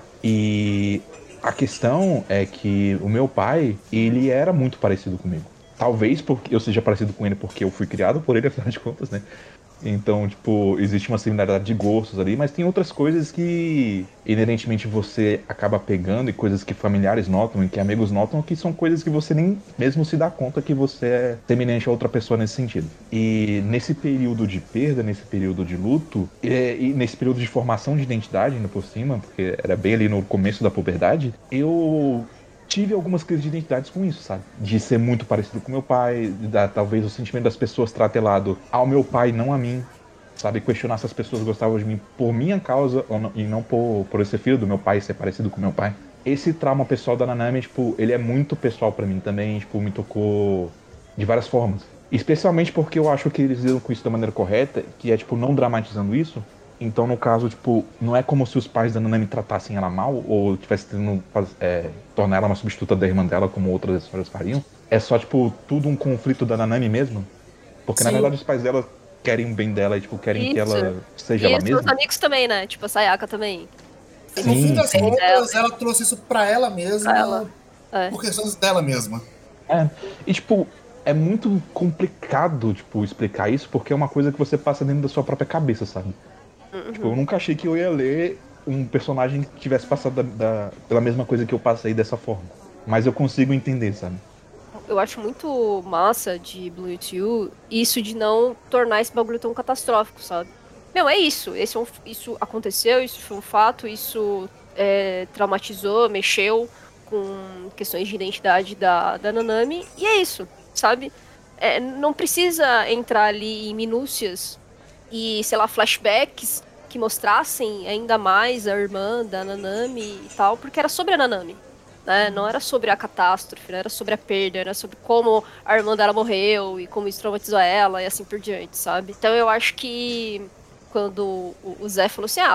E a questão é que o meu pai, ele era muito parecido comigo. Talvez porque eu seja parecido com ele porque eu fui criado por ele, afinal de contas, né? Então, tipo, existe uma similaridade de gostos ali, mas tem outras coisas que inerentemente você acaba pegando e coisas que familiares notam e que amigos notam, que são coisas que você nem mesmo se dá conta que você é semelhante a outra pessoa nesse sentido. E nesse período de perda, nesse período de luto, e nesse período de formação de identidade, ainda por cima, porque era bem ali no começo da puberdade, eu tive algumas crises de identidades com isso, sabe? De ser muito parecido com meu pai, talvez o sentimento das pessoas estar atrelado ao meu pai, não a mim, sabe? Questionar se as pessoas gostavam de mim por minha causa e não por eu ser filho do meu pai e ser parecido com meu pai. Esse trauma pessoal da Nanami, tipo, ele é muito pessoal pra mim também, tipo, me tocou de várias formas. Especialmente porque eu acho que eles lidam com isso da maneira correta, que é, tipo, não dramatizando isso. Então, no caso, tipo, não é como se os pais da Nanami tratassem ela mal ou tivessem tentando tornar ela uma substituta da irmã dela, como outras histórias fariam. É só, tipo, tudo um conflito da Nanami mesmo. Porque, Sim. na verdade, os pais dela querem o bem dela e, tipo, querem que ela seja ela E mesma. os amigos também, né? Tipo, a Sayaka também. No fim das sim. contas, ela trouxe isso pra ela mesma, Pra ela. É. por questões dela mesma. É, e, tipo, é muito complicado, tipo, explicar isso, porque é uma coisa que você passa dentro da sua própria cabeça, sabe? Tipo, eu nunca achei que eu ia ler um personagem que tivesse passado pela mesma coisa que eu passei dessa forma. Mas eu consigo entender, sabe? Eu acho muito massa de Blue Two isso de não tornar esse bagulho tão catastrófico, sabe? Meu, é isso. Isso aconteceu, isso foi um fato, isso traumatizou, mexeu com questões de identidade da Nanami, e é isso, sabe? Não precisa entrar ali em minúcias e, sei lá, flashbacks que mostrassem ainda mais a irmã da Nanami e tal, porque era sobre a Nanami, né? Não era sobre a catástrofe, não era sobre a perda, era sobre como a irmã dela morreu e como isso traumatizou ela e assim por diante, sabe? Então eu acho que quando o Zé falou assim,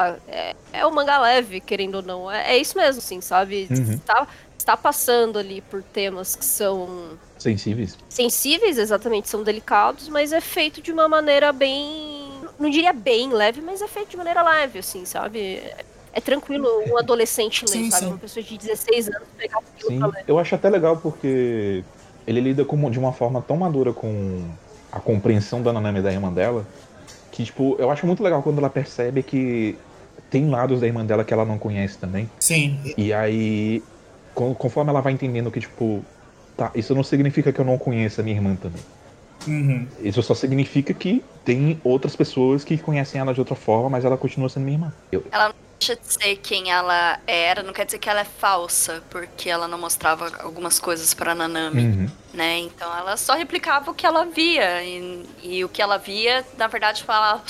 é um mangá leve, querendo ou não, é isso mesmo, assim, sabe? Uhum. Está passando ali por temas que são Sensíveis, exatamente, são delicados, mas é feito de uma maneira bem, não diria bem leve, mas é feito de maneira leve, assim, sabe? É tranquilo um adolescente ler, Sim, sabe? sim. Uma pessoa de 16 anos pegar aquilo Sim, pra ler. eu acho até legal porque ele lida de uma forma tão madura com a compreensão da Nanami e da irmã dela, que, tipo, eu acho muito legal quando ela percebe que tem lados da irmã dela que ela não conhece também. Sim. E aí, conforme ela vai entendendo que, tipo, tá, isso não significa que eu não conheça a minha irmã também. Uhum. Isso só significa que tem outras pessoas que conhecem ela de outra forma, mas ela continua sendo minha irmã. Ela não deixa de ser quem ela era, não quer dizer que ela é falsa, porque ela não mostrava algumas coisas pra Nanami, Uhum. né? Então ela só replicava o que ela via, e o que ela via, na verdade,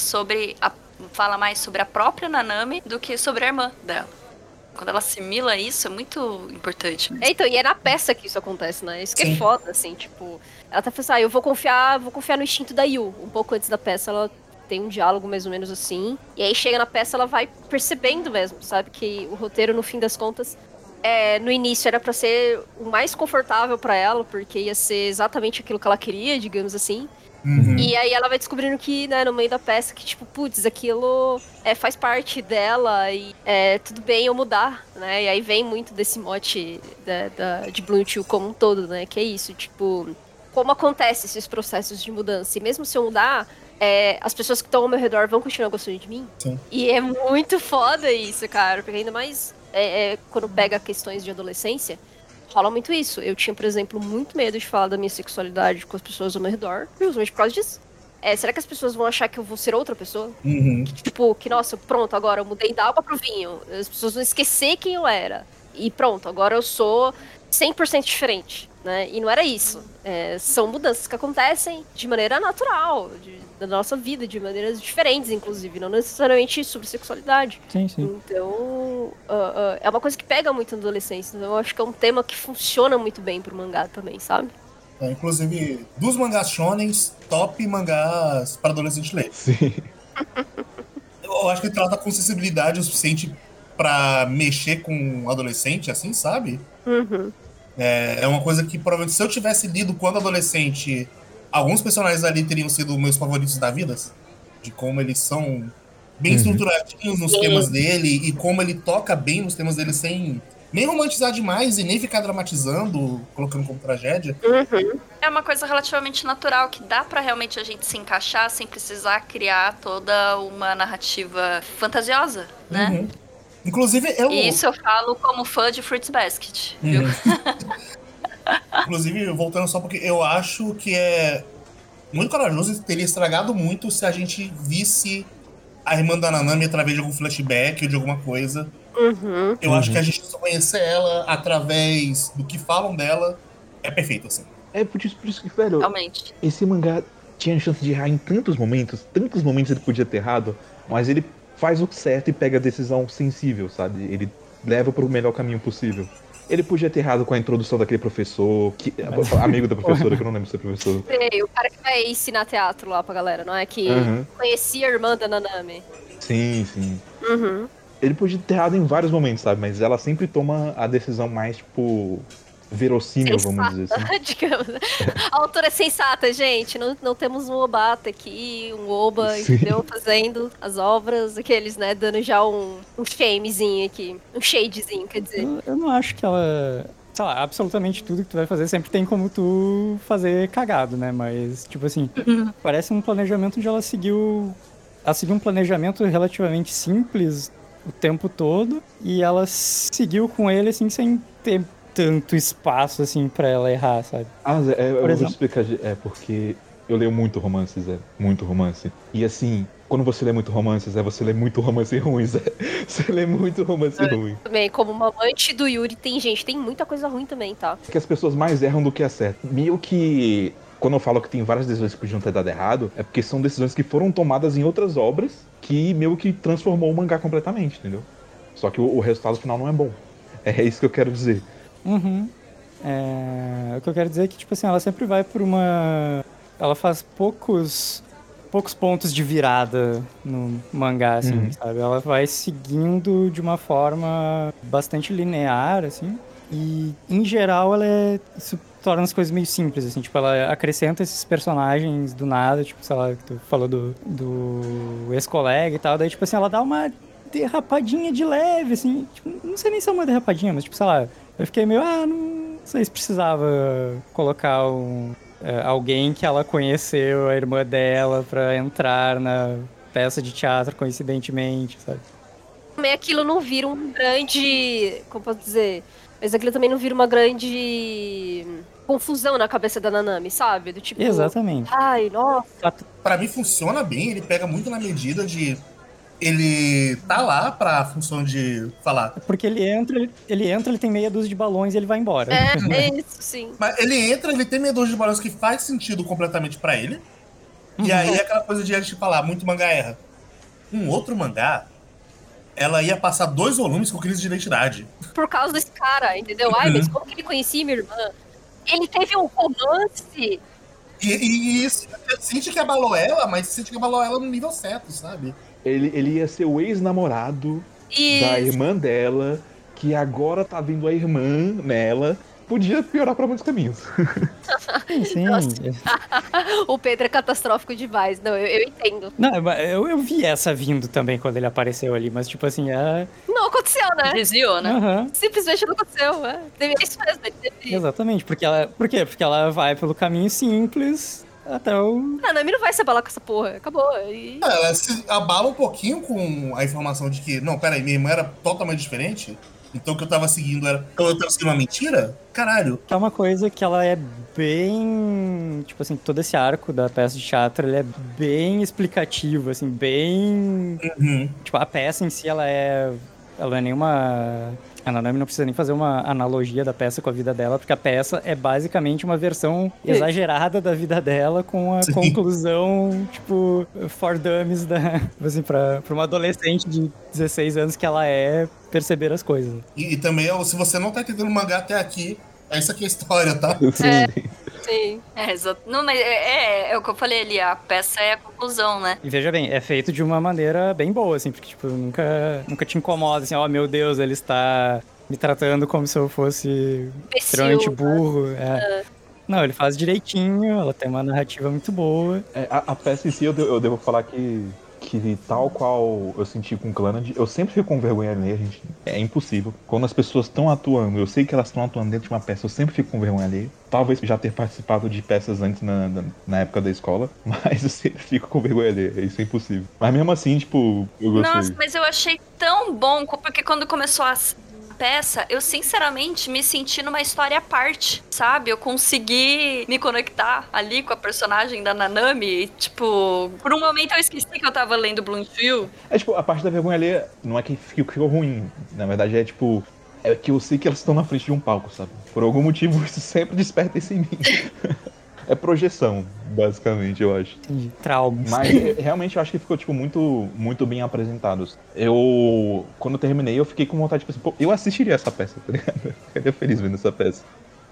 fala mais sobre a própria Nanami do que sobre a irmã dela. Quando ela assimila isso, é muito importante. Então, e é na peça que isso acontece, né? Isso que Sim. é foda, assim, tipo... Ela tá pensando, eu vou confiar no instinto da Yu. Um pouco antes da peça, ela tem um diálogo mais ou menos assim. E aí chega na peça, ela vai percebendo mesmo, sabe? Que o roteiro, no fim das contas, no início era pra ser o mais confortável pra ela, porque ia ser exatamente aquilo que ela queria, digamos assim. Uhum. E aí ela vai descobrindo que, né, no meio da peça, que tipo, putz, aquilo faz parte dela e tudo bem eu mudar, né? E aí vem muito desse mote de Blue Two como um todo, né? Que é isso, tipo, como acontece esses processos de mudança. E mesmo se eu mudar, as pessoas que estão ao meu redor vão continuar gostando de mim. Sim. E é muito foda isso, cara, porque ainda mais quando pega questões de adolescência, rola muito isso. Eu tinha, por exemplo, muito medo de falar da minha sexualidade com as pessoas ao meu redor, justamente por causa disso. Será que as pessoas vão achar que eu vou ser outra pessoa? Uhum. Tipo, que, nossa, pronto, agora eu mudei da água pro vinho. As pessoas vão esquecer quem eu era. E pronto, agora eu sou 100% diferente, né? E não era isso. São mudanças que acontecem de maneira natural, da nossa vida, de maneiras diferentes, inclusive, não necessariamente sobre sexualidade. Sim, sim. Então, é uma coisa que pega muito na adolescência, então eu acho que é um tema que funciona muito bem pro mangá também, sabe? Inclusive, dos mangás shonens, top mangás para adolescente ler. Sim. Eu acho que trata com sensibilidade o suficiente pra mexer com um adolescente, assim, sabe? Uhum. É uma coisa que provavelmente se eu tivesse lido quando adolescente, alguns personagens ali teriam sido meus favoritos da vida, de como eles são bem estruturadinhos nos temas dele e como ele toca bem nos temas dele sem nem romantizar demais e nem ficar dramatizando, colocando como tragédia. Uhum. É uma coisa relativamente natural, que dá pra realmente a gente se encaixar sem precisar criar toda uma narrativa fantasiosa, né? Uhum. Inclusive, E isso eu falo como fã de Fruits Basket, viu? Inclusive, voltando só porque eu acho que é muito corajoso e teria estragado muito se a gente visse a irmã da Nanami através de algum flashback ou de alguma coisa. Uhum. Eu acho que a gente só conhecer ela através do que falam dela é perfeito, assim. É por isso que, velho, Realmente. esse mangá tinha chance de errar em tantos momentos ele podia ter errado, mas ele faz o certo e pega a decisão sensível, sabe? Ele leva pro melhor caminho possível. Ele podia ter errado com a introdução daquele professor, amigo da professora, que eu não lembro se é professor. Sei, o cara que vai ensinar teatro lá pra galera, não é? Que conhecia a irmã da Nanami. Sim, sim. Uhum. Ele podia ter errado em vários momentos, sabe? Mas ela sempre toma a decisão mais, tipo, verossímil, vamos dizer assim. Digamos. A autora é sensata, gente. Não temos um Obata aqui, um Oba, Sim. entendeu? Fazendo as obras, aqueles, né? Dando já um shamezinho aqui. Um shadezinho, quer dizer. Eu não acho que ela... Sei lá, absolutamente tudo que tu vai fazer sempre tem como tu fazer cagado, né? Mas, tipo assim, parece um planejamento onde ela seguiu um planejamento relativamente simples o tempo todo e ela seguiu com ele, assim, sem ter tanto espaço, assim, pra ela errar, sabe? Eu vou explicar. Porque eu leio muito romances, muito romance. E assim, quando você lê muito romances, você lê muito romance ruim, Você lê muito romance ruim. Também, como uma amante do Yuri, tem muita coisa ruim também, tá? Que as pessoas mais erram do que acertam. Meio que... Quando eu falo que tem várias decisões que podiam ter dado errado, é porque são decisões que foram tomadas em outras obras que meio que transformou o mangá completamente, entendeu? Só que o resultado final não é bom. É isso que eu quero dizer. O que eu quero dizer é que, tipo assim, ela sempre vai por uma... Ela faz poucos pontos de virada no mangá, assim, sabe? Ela vai seguindo de uma forma bastante linear, assim. E, em geral, isso torna as coisas meio simples, assim. Tipo, ela acrescenta esses personagens do nada, tipo, sei lá, que tu falou do ex-colega e tal. Daí, tipo assim, ela dá uma derrapadinha de leve, assim. Tipo, não sei nem se é uma derrapadinha, mas, tipo, sei lá... Eu fiquei meio, não sei se precisava colocar alguém que ela conheceu, a irmã dela, pra entrar na peça de teatro, coincidentemente, sabe? Também aquilo não vira um grande... Como posso dizer? Mas aquilo também não vira uma grande confusão na cabeça da Nanami, sabe? Do tipo... Exatamente. Ai, nossa. Pra mim funciona bem, ele pega muito na medida de... Ele tá lá pra função de falar. Porque ele tem meia dúzia de balões e ele vai embora. É isso, sim. Mas ele entra, ele tem meia dúzia de balões que faz sentido completamente pra ele. E aí é aquela coisa de a gente falar, muito mangá erra. Um outro mangá, ela ia passar 2 volumes com crise de identidade. Por causa desse cara, entendeu? Ai, mas como que ele conhecia minha irmã? Ele teve um romance. E isso, você sente que abalou ela, mas você sente que abalou ela no nível certo, sabe? Ele ia ser o ex-namorado da irmã dela, que agora tá vendo a irmã nela. Podia piorar pra muitos caminhos. Sim. O Pedro é catastrófico demais. Não, eu entendo. Não, eu vi essa vindo também quando ele apareceu ali, mas tipo assim, Não aconteceu, né? Desviou, né? Simplesmente não aconteceu, né? É isso mesmo. Exatamente, por quê? Porque ela vai pelo caminho simples até o... A Nami não vai se abalar com essa porra. Acabou. Ela se abala um pouquinho com a informação de que, não, peraí, minha irmã era totalmente diferente. Então o que eu tava seguindo era... Eu tava seguindo uma mentira? Caralho. É uma coisa que ela é bem... Tipo assim, todo esse arco da peça de teatro, ele é bem explicativo, assim, bem... Tipo, a peça em si, ela é ela não é nenhuma... A Nanami não precisa nem fazer uma analogia da peça com a vida dela, porque a peça é basicamente uma versão exagerada da vida dela, com a conclusão, tipo, for dummies, assim, pra uma adolescente de 16 anos que ela é perceber as coisas. E também, se você não tá entendendo o mangá até aqui, essa aqui é a história, tá? Sim. Exato. Não, mas é o que eu falei ali, a peça é a conclusão, né? E veja bem, é feito de uma maneira bem boa, assim, porque, tipo, nunca te incomoda, assim, meu Deus, ele está me tratando como se eu fosse extremamente burro. Não, ele faz direitinho, ela tem uma narrativa muito boa. A peça em si, eu devo falar que tal qual eu senti com Clannad, eu sempre fico com vergonha alheia, gente. É impossível. Quando as pessoas estão atuando, eu sei que elas estão atuando dentro de uma peça, eu sempre fico com vergonha alheia. Talvez já ter participado de peças antes na época da escola, mas eu sempre fico com vergonha alheia. Isso é impossível. Mas mesmo assim, tipo, eu gostei. Nossa, mas eu achei tão bom, porque quando começou a peça, eu sinceramente me senti numa história à parte, sabe? Eu consegui me conectar ali com a personagem da Nanami e, tipo, por um momento eu esqueci que eu tava lendo Bloomfield. Tipo, a parte da vergonha alheia não é que ficou ruim, na verdade é tipo, é que eu sei que elas estão na frente de um palco, sabe? Por algum motivo isso sempre desperta isso em mim. É projeção, basicamente, eu acho. Entendi. Traumas. Mas realmente eu acho que ficou, tipo, muito, muito bem apresentados. Quando eu terminei, eu fiquei com vontade de pensar, pô, eu assistiria essa peça, tá ligado? Eu ficaria feliz vendo essa peça.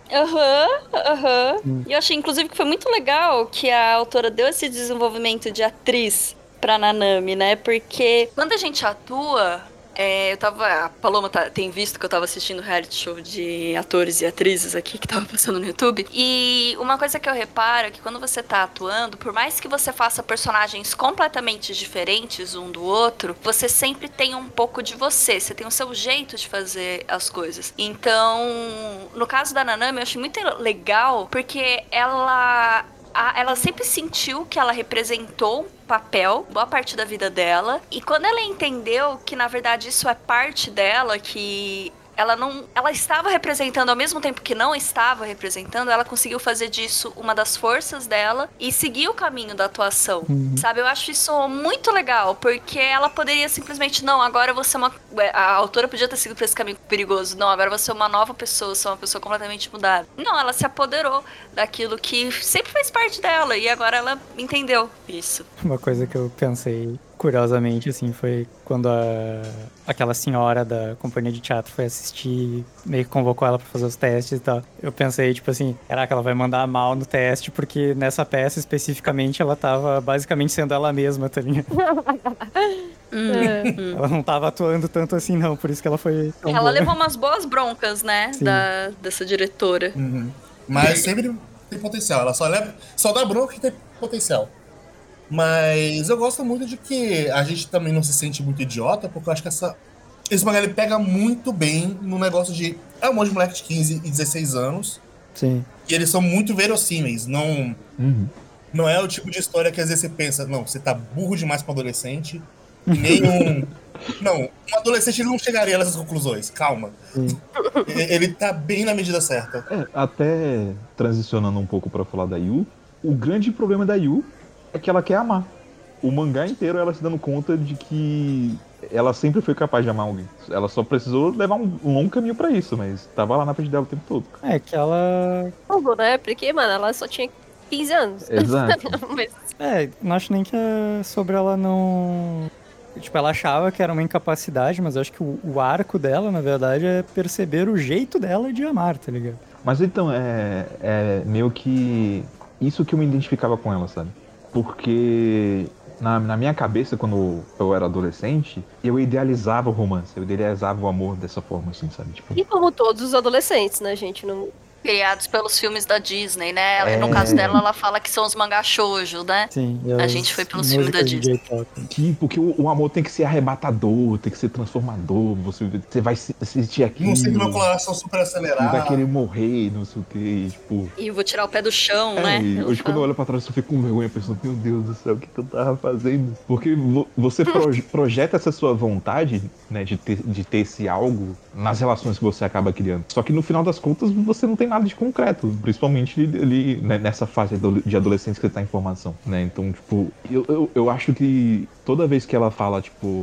E eu achei, inclusive, que foi muito legal que a autora deu esse desenvolvimento de atriz pra Nanami, né? Porque quando a gente atua... a Paloma tem visto que eu tava assistindo reality show de atores e atrizes aqui que tava passando no YouTube. E uma coisa que eu reparo é que quando você tá atuando, por mais que você faça personagens completamente diferentes um do outro, você sempre tem um pouco de você. Você tem o seu jeito de fazer as coisas. Então, no caso da Nanami, eu achei muito legal porque ela sempre sentiu que ela representou um papel, boa parte da vida dela. E quando ela entendeu que, na verdade, isso é parte dela, que ela estava representando ao mesmo tempo que não estava representando, ela conseguiu fazer disso uma das forças dela e seguir o caminho da atuação. Sabe, eu acho isso muito legal, porque ela poderia simplesmente, não, agora eu vou ser a autora podia ter seguido por esse caminho perigoso, não, agora eu vou ser uma nova pessoa, sou uma pessoa completamente mudada. Não, ela se apoderou daquilo que sempre fez parte dela e agora ela entendeu isso. Uma coisa que eu pensei curiosamente, assim, foi quando aquela senhora da companhia de teatro foi assistir, meio que convocou ela pra fazer os testes e tal. Eu pensei, tipo assim, caraca, ela vai mandar mal no teste, porque nessa peça, especificamente, ela tava basicamente sendo ela mesma, tá ligado? Ela não tava atuando tanto assim, não, por isso que ela foi tão Ela boa. levou umas boas broncas, né, dessa diretora. Mas sempre tem potencial, ela só dá bronca que tem potencial. Mas eu gosto muito de que a gente também não se sente muito idiota, porque eu acho que esse mangá ele pega muito bem no negócio de... É um monte de moleque de 15 e 16 anos. Sim. E eles são muito verossímeis. Não é o tipo de história que às vezes você pensa, não, você tá burro demais pra adolescente. Não, um adolescente ele não chegaria nessas conclusões. Calma. Ele tá bem na medida certa. Até transicionando um pouco pra falar da Yu, o grande problema da Yu é que ela quer amar. O mangá inteiro ela se dando conta de que ela sempre foi capaz de amar alguém. Ela só precisou levar um longo caminho pra isso, mas tava lá na frente dela o tempo todo. É que ela... Como, né? Porque, mano, ela só tinha 15 anos. Exato. Mas... não acho nem que é sobre ela não... Tipo, ela achava que era uma incapacidade, mas eu acho que o arco dela, na verdade, é perceber o jeito dela de amar, tá ligado? Mas então, é meio que isso que eu me identificava com ela, sabe? Porque na minha cabeça, quando eu era adolescente, eu idealizava o romance, eu idealizava o amor dessa forma, assim, sabe? Tipo... E como todos os adolescentes, né, gente? Não... Criados pelos filmes da Disney, né? No caso dela, ela fala que são os mangá shoujo, né? Sim. A gente foi pelos filmes da Disney. Porque o amor tem que ser arrebatador, tem que ser transformador, você vai sentir aquilo. Não sei que meu coração super acelerado. Vai querer morrer, não sei o que, tipo... E eu vou tirar o pé do chão, né? E hoje quando eu olho pra trás, eu fico com vergonha, pensando, meu Deus do céu, o que eu tava fazendo? Porque você projeta essa sua vontade, né, de ter esse algo nas relações que você acaba criando. Só que no final das contas, você não tem nada de concreto, principalmente ali, né, nessa fase de adolescente que você tá em formação, né? Então, tipo, eu acho que toda vez que ela fala, tipo,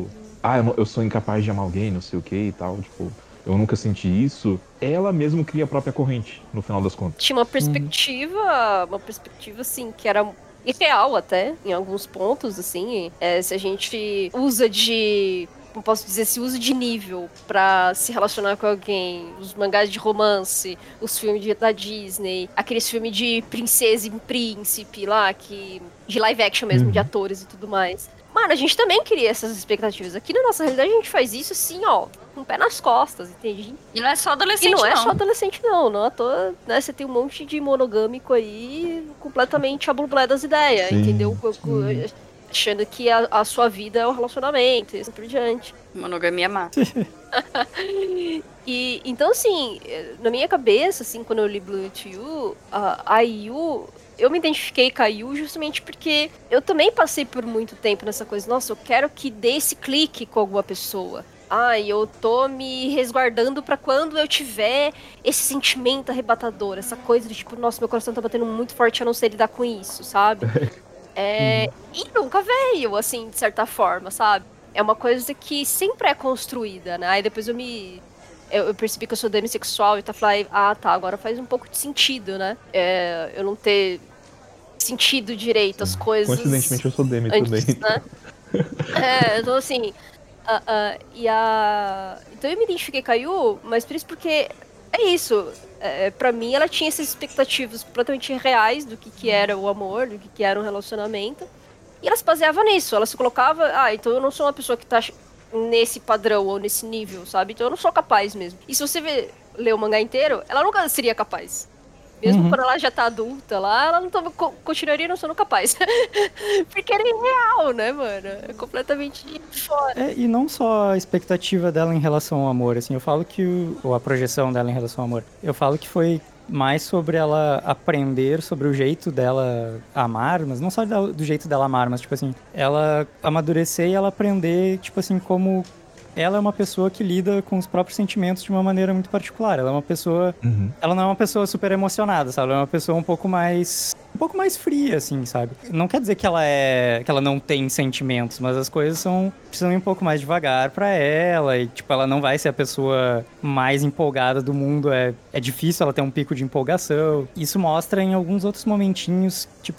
eu sou incapaz de amar alguém, não sei o que e tal, tipo, eu nunca senti isso. Ela mesmo cria a própria corrente, no final das contas. Tinha uma perspectiva assim, que era irreal até, em alguns pontos, assim. Se a gente usa de... Como posso dizer, se usa de nível pra se relacionar com alguém, os mangás de romance, os filmes da Disney, aqueles filmes de princesa e príncipe lá, de live action mesmo, de atores e tudo mais. Mano, a gente também cria essas expectativas. Aqui na nossa realidade a gente faz isso assim, ó, com o pé nas costas, entende? E não é só adolescente, não. É só adolescente, não. Não à toa, né? Você tem um monte de monogâmico aí completamente abulblé das ideias, entendeu? Achando que a sua vida é o relacionamento e assim por diante. Monogamia má. E, então, assim, na minha cabeça, assim, quando eu li Blue to You, a Yu... Eu me identifiquei com a Yu justamente porque eu também passei por muito tempo nessa coisa. Nossa, eu quero que dê esse clique com alguma pessoa. Eu tô me resguardando pra quando eu tiver esse sentimento arrebatador. Essa coisa de tipo, nossa, meu coração tá batendo muito forte, eu não sei lidar com isso, sabe? E nunca veio, assim, de certa forma, sabe? É uma coisa que sempre é construída, né? Aí depois eu percebi que eu sou demissexual e falei, tá, agora faz um pouco de sentido, né? Eu não ter sentido direito as coisas. Coincidentemente eu sou demi também. Né? Então assim. Então eu me identifiquei com a Yu, mas por isso porque é isso. Pra mim ela tinha essas expectativas completamente reais do que era o amor, do que era um relacionamento. E ela se baseava nisso. Ela se colocava, então eu não sou uma pessoa que tá nesse padrão ou nesse nível, sabe? Então eu não sou capaz mesmo. E se você ler o mangá inteiro, ela nunca seria capaz. Mesmo quando ela já tá adulta lá, ela não continuaria não sendo capaz. Porque era irreal, né, mano? É completamente fora. E não só a expectativa dela em relação ao amor, assim, eu falo que... Ou a projeção dela em relação ao amor. Eu falo que foi mais sobre ela aprender sobre o jeito dela amar, mas não só do jeito dela amar, mas, tipo assim, ela amadurecer e ela aprender, tipo assim, como... Ela é uma pessoa que lida com os próprios sentimentos de uma maneira muito particular. Ela é uma pessoa... Ela não é uma pessoa super emocionada, sabe? Ela é uma pessoa um pouco mais fria, assim, sabe? Não quer dizer que ela não tem sentimentos, mas as coisas precisam ir um pouco mais devagar pra ela. E, tipo, ela não vai ser a pessoa mais empolgada do mundo. É difícil ela ter um pico de empolgação. Isso mostra em alguns outros momentinhos. Tipo,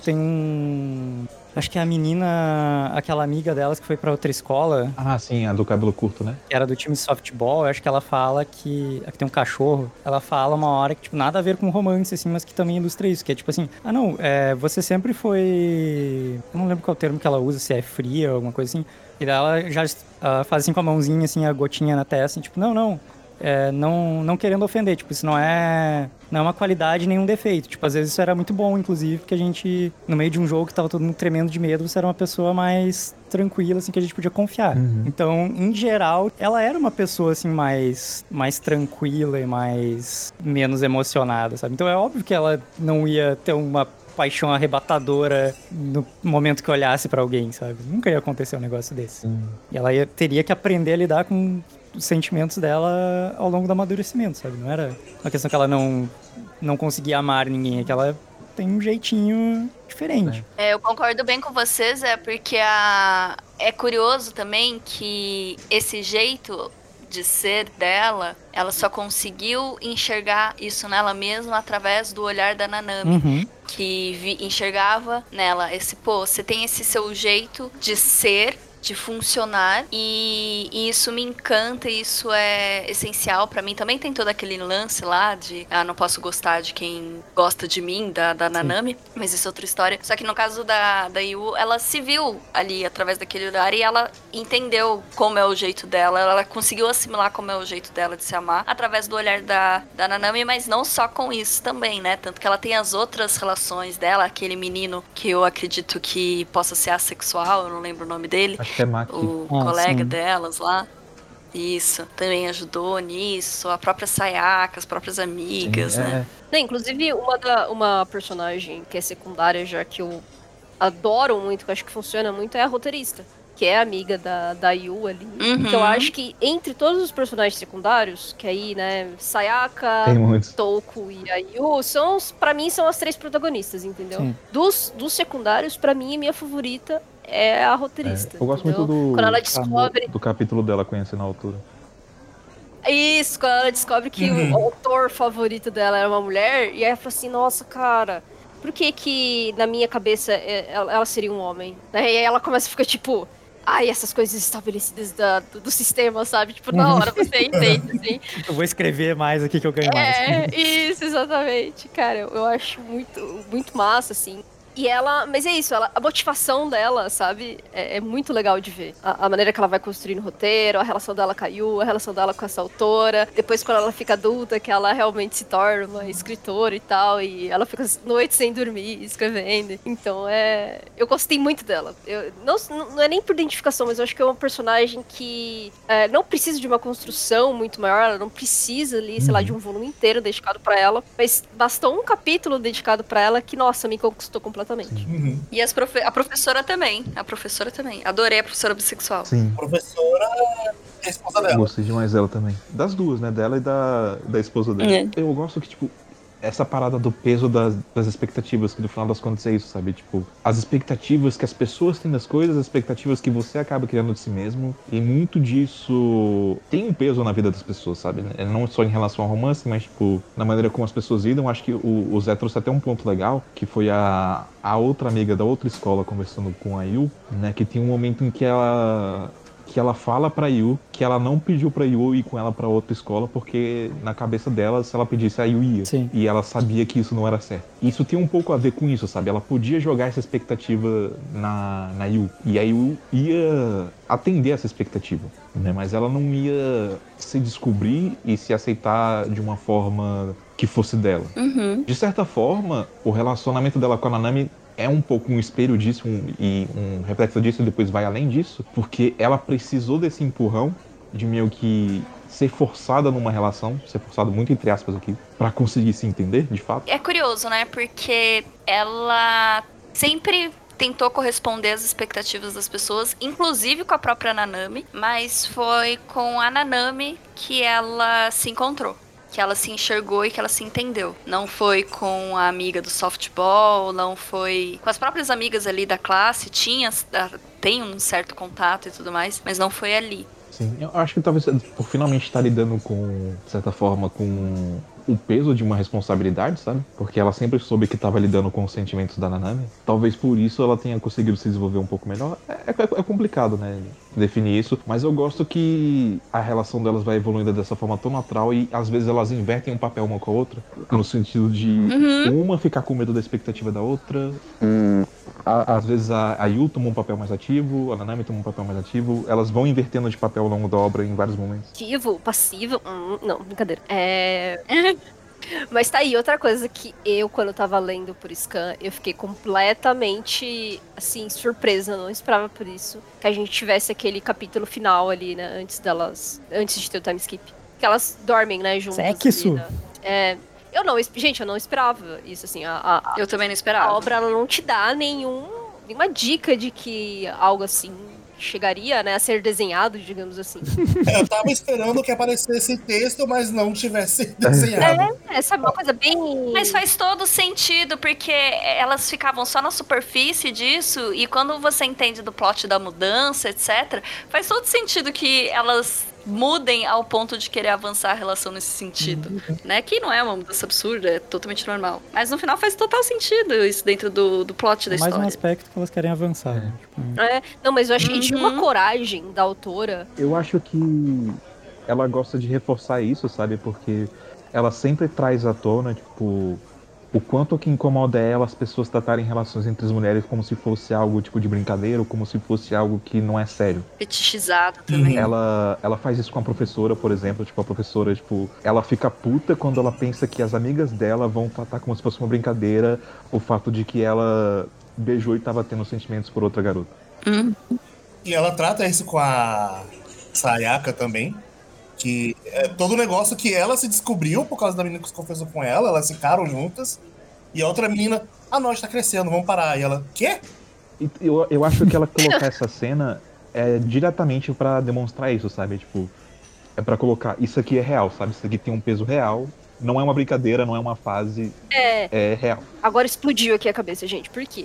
tem acho que a menina, aquela amiga delas que foi pra outra escola. Ah, sim, a do cabelo curto, né? Que era do time de softball. Eu acho que ela fala que... Aqui tem um cachorro. Ela fala uma hora que, tipo, nada a ver com romance, assim, mas que também ilustra isso. Que é tipo assim, você sempre foi... Eu não lembro qual é o termo que ela usa, se é fria ou alguma coisa assim. E daí ela já faz assim com a mãozinha, assim, a gotinha na testa, assim, tipo, não querendo ofender, tipo, isso não é uma qualidade nem um defeito, tipo, às vezes isso era muito bom, inclusive, porque a gente, no meio de um jogo que tava todo mundo tremendo de medo, você era uma pessoa mais tranquila, assim, que a gente podia confiar. Então, em geral, ela era uma pessoa, assim, mais tranquila e menos emocionada, sabe? Então é óbvio que ela não ia ter uma paixão arrebatadora no momento que olhasse pra alguém, sabe? Nunca ia acontecer um negócio desse. E ela teria que aprender a lidar com os sentimentos dela ao longo do amadurecimento, sabe? Não era uma questão que ela não conseguia amar ninguém, é que ela tem um jeitinho diferente. Eu concordo bem com vocês, porque é curioso também que esse jeito de ser dela, ela só conseguiu enxergar isso nela mesma através do olhar da Nanami, que enxergava nela você tem esse seu jeito de ser, de funcionar, e isso me encanta, isso é essencial pra mim. Também tem todo aquele lance lá de não posso gostar de quem gosta de mim, da Nanami, mas isso é outra história. Só que no caso da Yu, ela se viu ali através daquele olhar e ela entendeu como é o jeito dela, ela conseguiu assimilar como é o jeito dela de se amar através do olhar da Nanami, mas não só com isso também, né? Tanto que ela tem as outras relações dela, aquele menino que eu acredito que possa ser assexual, eu não lembro o nome dele. O colega delas lá. Isso, também ajudou nisso. A própria Sayaka, as próprias amigas, né? Inclusive, uma personagem que é secundária já que eu adoro muito, que eu acho que funciona muito, é a roteirista. Que é amiga da Yu ali. Então eu acho que entre todos os personagens secundários, que aí, né, Sayaka, Touko e a Yu, pra mim são as três protagonistas, entendeu? Dos secundários, pra mim, a minha favorita é a roteirista. Eu gosto entendeu? muito Quando ela descobre... do capítulo dela conhecendo a altura. Isso, quando ela descobre que o autor favorito dela era uma mulher, e aí ela fala assim, nossa, cara, por que na minha cabeça ela seria um homem? E aí ela começa a ficar tipo, ai, essas coisas estabelecidas do sistema, sabe? Tipo, na hora você entende, assim. Eu vou escrever mais aqui que eu ganho mais. Isso, exatamente. Cara, eu acho muito, muito massa, assim. E ela, mas é isso, a motivação dela, sabe, é muito legal de ver. A maneira que ela vai construindo o roteiro, a relação dela com a Yu, a relação dela com essa autora. Depois, quando ela fica adulta, que ela realmente se torna uma escritora e tal, e ela fica noites sem dormir, escrevendo. Então, eu gostei muito dela. Não é nem por identificação, mas eu acho que é uma personagem que não precisa de uma construção muito maior, ela não precisa ali, sei lá, de um volume inteiro dedicado pra ela, mas bastou um capítulo dedicado pra ela que, nossa, me conquistou completamente. E a professora também. Adorei a professora bissexual. Sim. A professora é a esposa dela. Eu gostei demais dela também. Das duas, né? Dela e da esposa dela. Eu gosto que, tipo, essa parada do peso das expectativas, que no final das contas é isso, sabe? Tipo, as expectativas que as pessoas têm das coisas, as expectativas que você acaba criando de si mesmo. E muito disso tem um peso na vida das pessoas, sabe? Não só em relação ao romance, mas, tipo, na maneira como as pessoas lidam. Acho que o Zé trouxe até um ponto legal, que foi a outra amiga da outra escola conversando com a Yu, né? Que tem um momento em que ela fala pra Yu que ela não pediu pra Yu ir com ela pra outra escola, porque na cabeça dela, se ela pedisse, a Yu ia. Sim. E ela sabia que isso não era certo. Isso tem um pouco a ver com isso, sabe? Ela podia jogar essa expectativa na Yu. E a Yu ia atender essa expectativa, né? Mas ela não ia se descobrir e se aceitar de uma forma que fosse dela. De certa forma, o relacionamento dela com a Nanami é um pouco um espelho disso e um reflexo disso e depois vai além disso, porque ela precisou desse empurrão de meio que ser forçada numa relação, ser forçada muito entre aspas aqui, pra conseguir se entender, de fato. É curioso, né? Porque ela sempre tentou corresponder às expectativas das pessoas, inclusive com a própria Nanami, mas foi com a Nanami que ela se encontrou. Que ela se enxergou e que ela se entendeu. Não foi com a amiga do softball, não foi com as próprias amigas ali da classe, tem um certo contato e tudo mais, mas não foi ali. Sim, eu acho que talvez por finalmente estar lidando com, de certa forma, com o peso de uma responsabilidade, sabe? Porque ela sempre soube que estava lidando com os sentimentos da Nanami. Talvez por isso ela tenha conseguido se desenvolver um pouco melhor. É complicado, né? Definir isso. Mas eu gosto que a relação delas vai evoluindo dessa forma tão natural e às vezes elas invertem um papel uma com a outra. No sentido de uma ficar com medo da expectativa da outra. Às vezes a Yu toma um papel mais ativo, a Nanami toma um papel mais ativo. Elas vão invertendo de papel ao longo da obra em vários momentos. Ativo, passivo? Não, brincadeira. Mas tá aí, outra coisa que quando eu tava lendo por Scan, eu fiquei completamente, assim, surpresa, não esperava por isso. Que a gente tivesse aquele capítulo final ali, né, antes de ter o time skip. Que elas dormem, né, juntas. Sexo? Ali, né? Eu não esperava isso, assim. Eu também não esperava. A obra ela não te dá nenhuma dica de que algo assim chegaria, né, a ser desenhado, digamos assim. Eu tava esperando que aparecesse texto, mas não tivesse desenhado. Essa é uma coisa bem... Mas faz todo sentido, porque elas ficavam só na superfície disso, e quando você entende do plot da mudança, etc., faz todo sentido que elas mudem ao ponto de querer avançar a relação nesse sentido, né? Que não é uma mudança absurda, é totalmente normal. Mas no final faz total sentido isso dentro do plot da história. Mais um aspecto que elas querem avançar. Né? Não, mas eu achei de uma coragem da autora. Eu acho que ela gosta de reforçar isso, sabe? Porque ela sempre traz à tona, tipo, o quanto que incomoda ela as pessoas tratarem relações entre as mulheres como se fosse algo tipo de brincadeira ou como se fosse algo que não é sério. Fetichizado também. Ela faz isso com a professora, por exemplo. Tipo, a professora, tipo, ela fica puta quando ela pensa que as amigas dela vão tratar como se fosse uma brincadeira o fato de que ela beijou e tava tendo sentimentos por outra garota. E ela trata isso com a Sayaka também. Que é todo o negócio que ela se descobriu por causa da menina que se confessou com ela, elas ficaram juntas, e a outra menina, nós tá crescendo, vamos parar. E ela, quê? Eu acho que ela colocar essa cena é diretamente pra demonstrar isso, sabe? Tipo, é pra colocar, isso aqui é real, sabe? Isso aqui tem um peso real, não é uma brincadeira, não é uma fase, é real. Agora explodiu aqui a cabeça, gente, por quê?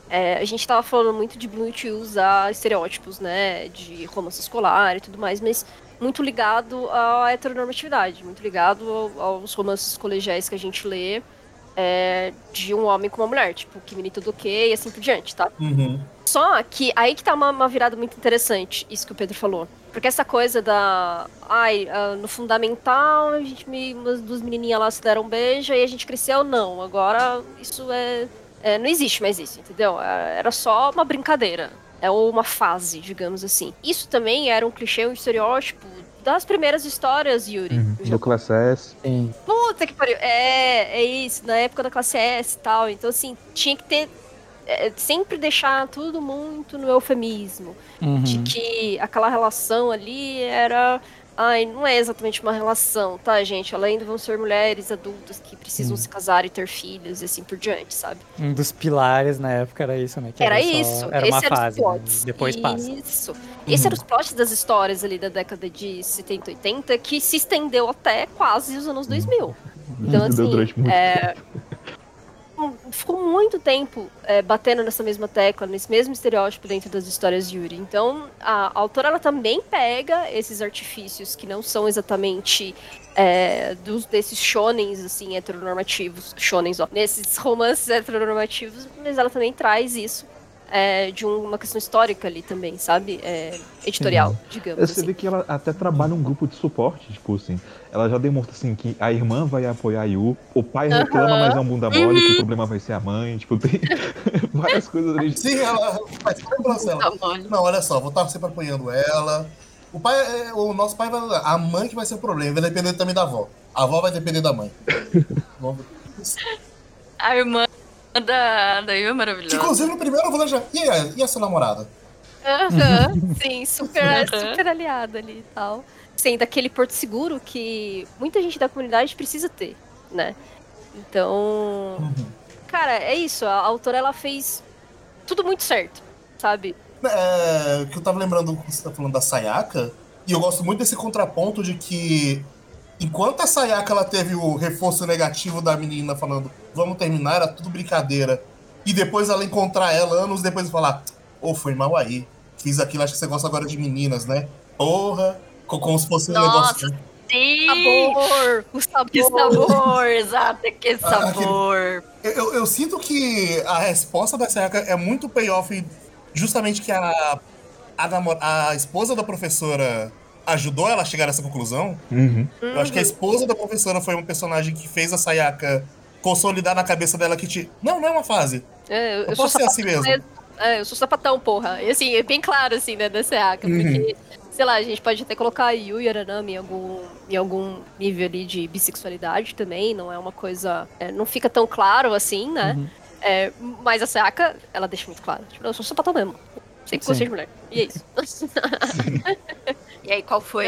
A gente tava falando muito de Blunt usar estereótipos, né, de romance escolar e tudo mais, mas muito ligado à heteronormatividade, muito ligado aos romances colegiais que a gente lê de um homem com uma mulher, tipo, Kimi to Doke e assim por diante, tá? Uhum. Só que aí que tá uma virada muito interessante, isso que o Pedro falou. Porque essa coisa no fundamental, umas duas menininhas lá se deram um beijo e a gente cresceu, não. Agora isso não existe mais isso, entendeu? Era só uma brincadeira. É uma fase, digamos assim. Isso também era um clichê, um estereótipo das primeiras histórias, Yuri. Do Classe S. Sim. Puta que pariu. É isso, na época da classe S e tal. Então, assim, tinha que ter. Sempre deixar tudo muito no eufemismo. De que aquela relação ali era. Não é exatamente uma relação, tá, gente? Além de vão ser mulheres adultas que precisam se casar e ter filhos e assim por diante, sabe? Um dos pilares na época era isso, né? Que era isso. Era uma fase, né? Plots. Depois passa. Isso. Esse eram os plots das histórias ali da década de 70, 80, que se estendeu até quase os anos 2000. Então, assim, durante muito tempo. Ficou muito tempo batendo nessa mesma tecla, nesse mesmo estereótipo dentro das histórias de Yuri. Então, a autora ela também pega esses artifícios que não são exatamente desses shonens, assim, heteronormativos, shonens, ó, nesses romances heteronormativos, mas ela também traz isso de uma questão histórica ali também, sabe? Editorial, digamos Você assim. vê que ela até trabalha um grupo de suporte, tipo assim, ela já demonstra assim que a irmã vai apoiar a Yu, o pai reclama, mas é um bunda mole, que o problema vai ser a mãe, tipo, tem várias coisas ali. Sim, ela faz lembrança dela. Não, olha só, vou estar sempre apoiando ela. O nosso pai vai. A mãe que vai ser o problema, vai depender também da avó. A avó vai depender da mãe. A irmã da Yu é maravilhosa. Inclusive, no primeiro eu vou já. E a sua namorada? Sim, super aliada ali e tal. Sim, daquele porto seguro que muita gente da comunidade precisa ter, né? Então, cara, é isso. A autora, ela fez tudo muito certo, sabe? Que eu tava lembrando que você tá falando da Sayaka, e eu gosto muito desse contraponto de que enquanto a Sayaka ela teve o reforço negativo da menina falando vamos terminar, era tudo brincadeira, e depois ela encontrar ela anos depois e falar foi mal aí, fiz aquilo, acho que você gosta agora de meninas, né? Porra, como se fosse um negócio. Sim! Sabor! O sabor! Que sabor! Exato, que sabor! Eu sinto que a resposta da Sayaka é muito payoff, justamente que a esposa da professora ajudou ela a chegar a essa conclusão. Eu acho que a esposa da professora foi um personagem que fez a Sayaka consolidar na cabeça dela que não é uma fase. Eu posso ser assim mesmo. Eu sou sapatão, porra. E assim, é bem claro, assim, né, da Sayaka, porque, sei lá, a gente pode até colocar a Yu e Aranami em algum nível ali de bissexualidade também, não é uma coisa... não fica tão claro assim, né? Mas a Sayaka, ela deixa muito claro. Tipo, eu sou sapatão mesmo. Sempre gostei de mulher. E é isso. E aí, qual foi?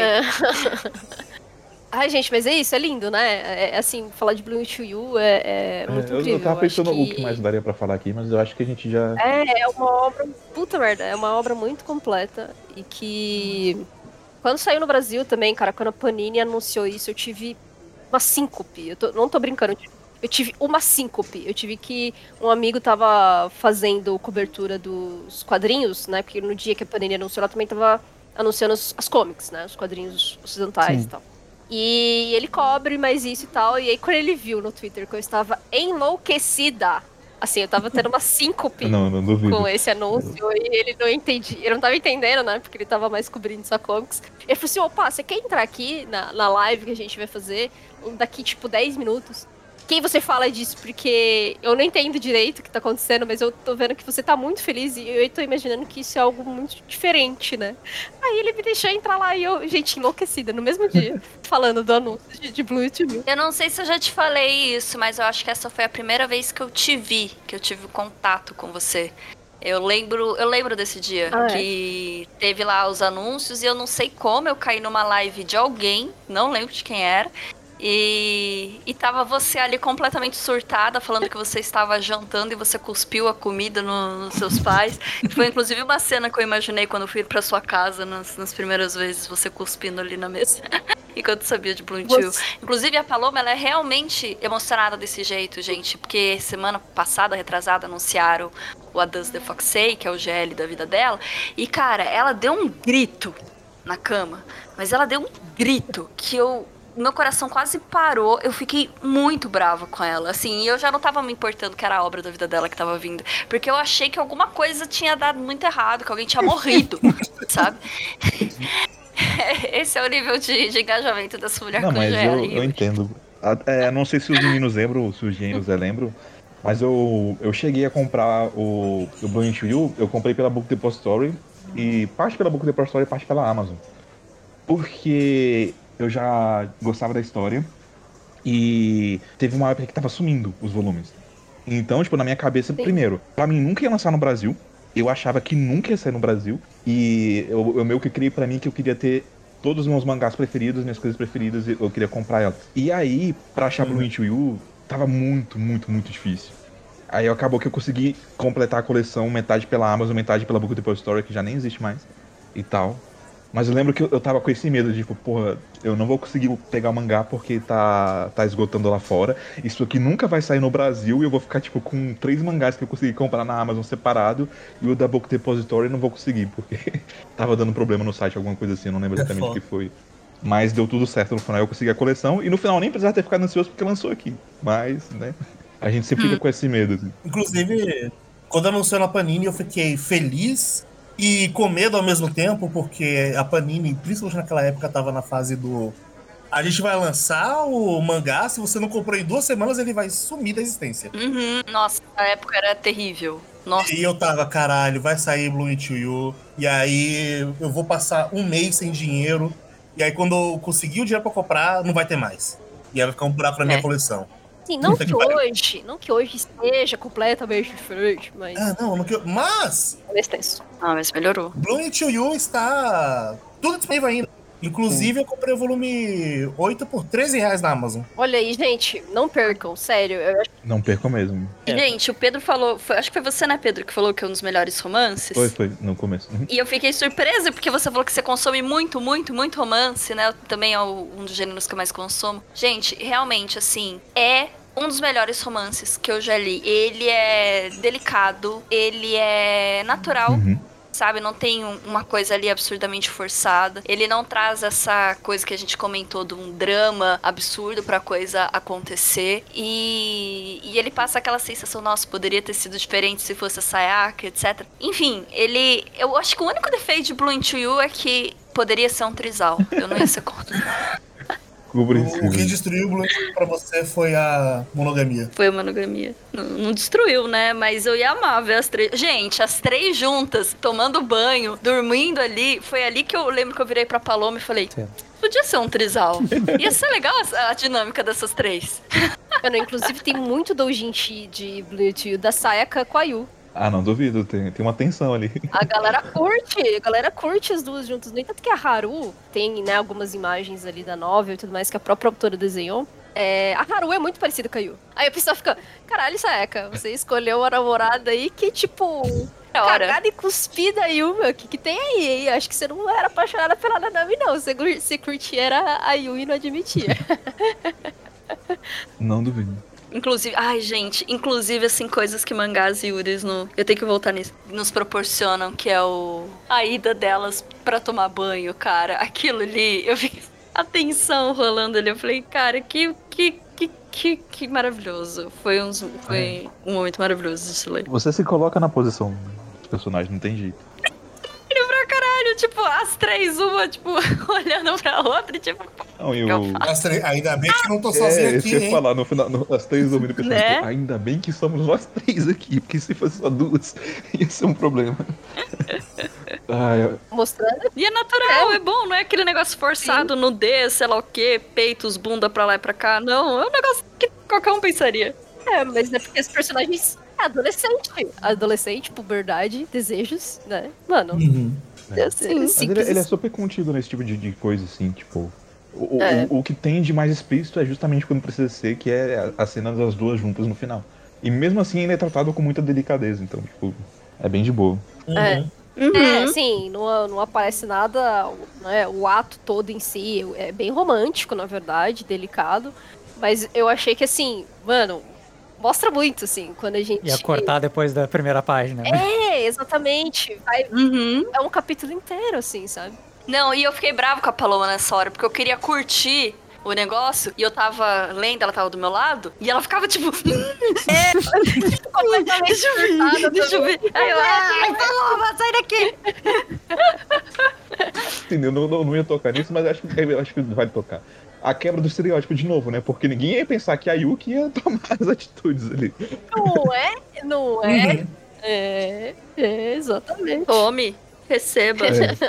Ai, gente, mas é isso, é lindo, né? Assim, falar de Bloom to You é muito incrível. Eu tava pensando o que mais daria pra falar aqui, mas eu acho que a gente já... É uma obra... Puta merda, é uma obra muito completa e que... Quando saiu no Brasil também, cara, quando a Panini anunciou isso, eu tive uma síncope. Não tô brincando, eu tive uma síncope. Eu tive que... Um amigo tava fazendo cobertura dos quadrinhos, né? Porque no dia que a Panini anunciou, ela também tava anunciando as comics, né? Os quadrinhos ocidentais e tal. E ele cobre mais isso e tal. E aí, quando ele viu no Twitter que eu estava enlouquecida, assim, eu tava tendo uma síncope não duvido. Com esse anúncio, e ele não entendia. Ele não tava entendendo, né? Porque ele tava mais cobrindo só comics. Ele falou assim: opa, você quer entrar aqui na live que a gente vai fazer daqui, tipo, 10 minutos? Quem você fala disso? Porque eu não entendo direito o que tá acontecendo, mas eu tô vendo que você tá muito feliz e eu tô imaginando que isso é algo muito diferente, né? Aí ele me deixou entrar lá e eu, gente, enlouquecida, no mesmo dia, falando do anúncio de Blue to Me. Eu não sei se eu já te falei isso, mas eu acho que essa foi a primeira vez que eu te vi, que eu tive contato com você. Eu lembro desse dia, que teve lá os anúncios e eu não sei como eu caí numa live de alguém, não lembro de quem era. E tava você ali completamente surtada, falando que você estava jantando e você cuspiu a comida nos seus pais. Foi inclusive uma cena que eu imaginei quando eu fui pra sua casa nas primeiras vezes, você cuspindo ali na mesa. Enquanto sabia de Bloom to You. Inclusive a Paloma, ela é realmente emocionada desse jeito, gente, porque semana passada, retrasada, anunciaram o A Does the Fox Say, que é o GL da vida dela. E, cara, ela deu um grito na cama. Mas ela deu um grito que meu coração quase parou. Eu fiquei muito brava com ela. Assim, e eu já não tava me importando que era a obra da vida dela que tava vindo. Porque eu achei que alguma coisa tinha dado muito errado, que alguém tinha morrido, sabe? Esse é o nível de engajamento dessa mulher com o mas GL. eu entendo. Não sei se os meninos lembram, se os gênios lembram, mas eu cheguei a comprar o Blue to You, eu comprei pela Book Depository, e parte pela Book Depository e parte pela Amazon. Porque eu já gostava da história e teve uma época que tava sumindo os volumes. Então, tipo, na minha cabeça, primeiro, pra mim nunca ia lançar no Brasil. Eu achava que nunca ia sair no Brasil. E eu meio que criei pra mim que eu queria ter todos os meus mangás preferidos, minhas coisas preferidas, e eu queria comprar elas. E aí, pra achar Blue to You, tava muito, muito, muito difícil. Aí acabou que eu consegui completar a coleção, metade pela Amazon, metade pela Book Depository, que já nem existe mais, e tal. Mas eu lembro que eu tava com esse medo de, tipo, porra, eu não vou conseguir pegar o mangá porque tá esgotando lá fora. Isso aqui nunca vai sair no Brasil e eu vou ficar, tipo, com 3 mangás que eu consegui comprar na Amazon separado e o da Book Depository eu não vou conseguir, porque tava dando problema no site, alguma coisa assim, eu não lembro exatamente o que foi. Mas deu tudo certo no final, eu consegui a coleção e no final nem precisava ter ficado ansioso porque lançou aqui. Mas, né, a gente sempre fica com esse medo. Assim. Inclusive, quando anunciou na Panini, eu fiquei feliz e com medo ao mesmo tempo, porque a Panini, principalmente naquela época, tava na fase do... A gente vai lançar o mangá, se você não comprou em 2 semanas, ele vai sumir da existência. Nossa, a época era terrível. Nossa. E eu tava, caralho, vai sair Blue to You, e aí eu vou passar 1 mês sem dinheiro, e aí quando eu conseguir o dinheiro pra comprar, não vai ter mais. E aí vai ficar um buraco na minha coleção. Sim, não que hoje esteja completamente diferente, mas... Mas... É extenso. Mas melhorou. Blue to You está tudo disponível ainda. Inclusive, eu comprei o volume 8 por R$13 na Amazon. Olha aí, gente, não percam, sério. Não percam mesmo. Gente, o Pedro falou... acho que foi você, né, Pedro, que falou que é um dos melhores romances? Foi, no começo. E eu fiquei surpresa, porque você falou que você consome muito, muito, muito romance, né? Também é um dos gêneros que eu mais consumo. Gente, realmente, assim, é um dos melhores romances que eu já li. Ele é delicado, ele é natural. Sabe, não tem uma coisa ali absurdamente forçada. Ele não traz essa coisa que a gente comentou de um drama absurdo pra coisa acontecer. E ele passa aquela sensação, nossa, poderia ter sido diferente se fosse a Sayaka, etc. Enfim, eu acho que o único defeito de Blue to You é que poderia ser um trisal. Eu não ia ser contra. O que destruiu o Blue pra você foi a monogamia. Foi a monogamia. Não destruiu, né? Mas eu ia amar ver as 3. Gente, as 3 juntas, tomando banho, dormindo ali. Foi ali que eu lembro que eu virei pra Paloma e falei... Podia ser um trisal. Ia ser legal a dinâmica dessas 3. Inclusive, tem muito doujinshi de Blue to You da Sayaka com a Yu. Ah, não duvido, tem uma tensão ali. A galera curte as duas juntas. No entanto que a Haru tem, né, algumas imagens ali da novel e tudo mais que a própria autora desenhou. A Haru é muito parecida com a Yu. Aí a pessoa fica, caralho, Sayaka, você escolheu uma namorada aí que, tipo, cagada e cuspida aí, meu, o que tem aí, hein? Acho que você não era apaixonada pela Nanami, não. Você curtia era a Yu e não admitia. Não duvido. Inclusive, assim, coisas que mangás e yuris eu tenho que voltar nisso, nos proporcionam, que é a ida delas pra tomar banho, cara. Aquilo ali, eu vi a tensão rolando ali, eu falei, cara, que maravilhoso. Foi um momento maravilhoso de se ler. Você se coloca na posição dos personagens, não tem jeito. Pra caralho, tipo, as 3, uma, tipo, olhando pra outra, tipo... Não, ainda bem que não tô sozinho aqui, hein? Hein? Falar, no final, as 3 ouvindo pessoas, né? Ainda bem que somos nós 3 aqui, porque se fosse só 2, ia ser um problema. Mostrando. E é natural, é bom, não é aquele negócio forçado, nudez, sei lá o quê, peitos, bunda pra lá e pra cá, não, é um negócio que qualquer um pensaria. Mas é porque os personagens... Adolescente, puberdade, desejos, né? Mano. Assim, mas ele é super contido nesse tipo de coisa, assim, tipo... O que tem de mais explícito é justamente quando precisa ser, que é a cena das duas juntas no final. E mesmo assim ele é tratado com muita delicadeza, então, tipo, é bem de boa. Sim, não aparece nada, né, o ato todo em si é bem romântico, na verdade, delicado. Mas eu achei que, assim, mano... Mostra muito, assim, quando a gente... Ia cortar depois da primeira página. Né? Exatamente. É um capítulo inteiro, assim, sabe? Não, e eu fiquei bravo com a Paloma nessa hora, porque eu queria curtir o negócio, e eu tava lendo, ela tava do meu lado, e ela ficava tipo... completamente deixa eu ver. Aí eu, ai, Paloma, sai daqui! Entendeu? Não ia tocar nisso, mas acho que vai tocar. A quebra do estereótipo de novo, né? Porque ninguém ia pensar que a Yuki ia tomar as atitudes ali. Não é? Exatamente. Tome, receba.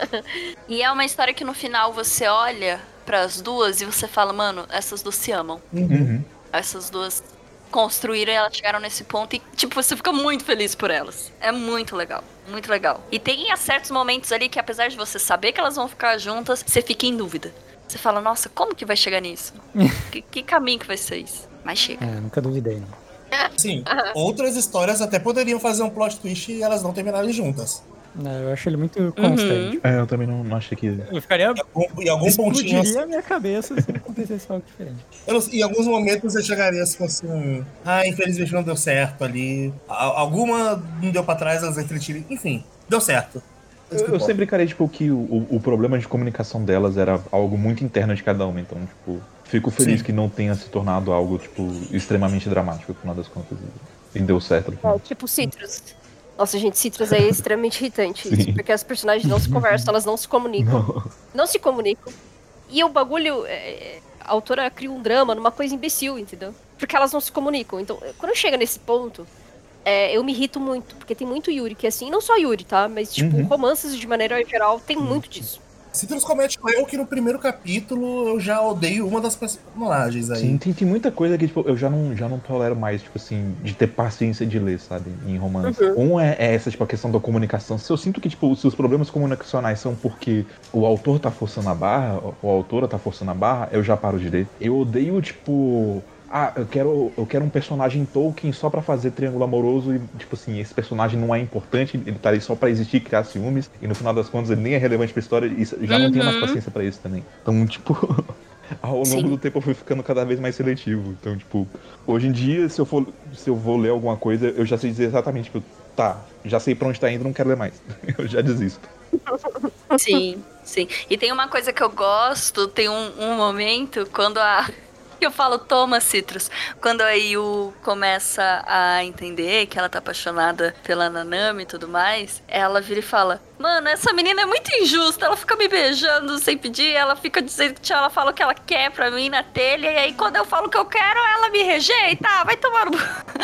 E é uma história que no final você olha pras duas e você fala, mano, essas duas se amam. Uhum. Essas duas construíram e elas chegaram nesse ponto e, tipo, você fica muito feliz por elas. É muito legal, muito legal. E tem certos momentos ali que, apesar de você saber que elas vão ficar juntas, você fica em dúvida. Você fala, nossa, como que vai chegar nisso? que caminho que vai ser isso? Mas chega. Nunca duvidei, não. Sim, outras histórias até poderiam fazer um plot twist e elas não terminarem juntas. Eu acho ele muito constante. Eu também não achei que... Eu ficaria... E algum pontinho... Explodiria a minha cabeça se acontecesse algo diferente. Em alguns momentos eu chegaria se fosse infelizmente não deu certo ali. Alguma não deu pra trás, elas refletiram. Enfim, deu certo. Eu sempre encarei, tipo, que o problema de comunicação delas era algo muito interno de cada uma. Então, tipo, fico feliz que não tenha se tornado algo, tipo, extremamente dramático, no final das contas. E deu certo. Tipo Citrus. Nossa, gente, Citrus é extremamente irritante. Isso, porque as personagens não se conversam, elas não se comunicam. Não se comunicam. E o bagulho... a autora cria um drama numa coisa imbecil, entendeu? Porque elas não se comunicam. Então, quando chega nesse ponto, eu me irrito muito. Porque tem muito Yuri, que assim, não só Yuri, tá? Mas, tipo, romances de maneira geral tem muito disso. Citrus comete um erro que no primeiro capítulo eu já odeio uma das personagens aí. Sim, tem muita coisa que, tipo, eu já não tolero mais, tipo assim, de ter paciência de ler, sabe, em romance. Um é essa, tipo, a questão da comunicação. Se eu sinto que, tipo, se os problemas comunicacionais são porque o autor tá forçando a barra, ou a autora tá forçando a barra, eu já paro de ler. Eu odeio, tipo... eu quero um personagem Tolkien só pra fazer triângulo amoroso e, tipo assim, esse personagem não é importante, ele tá ali só pra existir e criar ciúmes, e no final das contas ele nem é relevante pra história, e já não tenho mais paciência pra isso também. Então, tipo, ao longo do tempo eu fui ficando cada vez mais seletivo. Então, tipo, hoje em dia, se eu vou ler alguma coisa, eu já sei dizer exatamente, tipo, tá, já sei pra onde tá indo, não quero ler mais. Eu já desisto. Sim. E tem uma coisa que eu gosto, tem um momento quando eu falo, toma, Citrus. Quando a Yu começa a entender que ela tá apaixonada pela Nanami e tudo mais, ela vira e fala, mano, essa menina é muito injusta, ela fica me beijando sem pedir, ela fica dizendo que ela fala o que ela quer pra mim na telha, e aí quando eu falo o que eu quero, ela me rejeita, vai tomar no...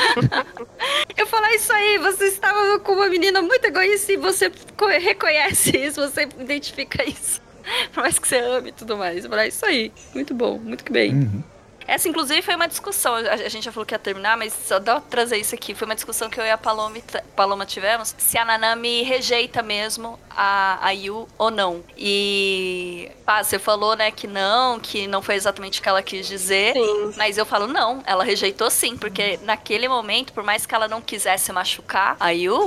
Eu falo, isso aí, você estava com uma menina muito egoísta e você reconhece isso, você identifica isso. Por mais que você ame e tudo mais. Eu falo, isso aí, muito bom, muito que bem. Essa, inclusive, foi uma discussão. A gente já falou que ia terminar, mas só dá pra trazer isso aqui. Foi uma discussão que eu e a Paloma tivemos. Se a Nanami rejeita mesmo a Yu ou não. E... você falou, né, que não foi exatamente o que ela quis dizer. Sim. Mas eu falo, não, ela rejeitou sim. Porque naquele momento, por mais que ela não quisesse machucar a Yu,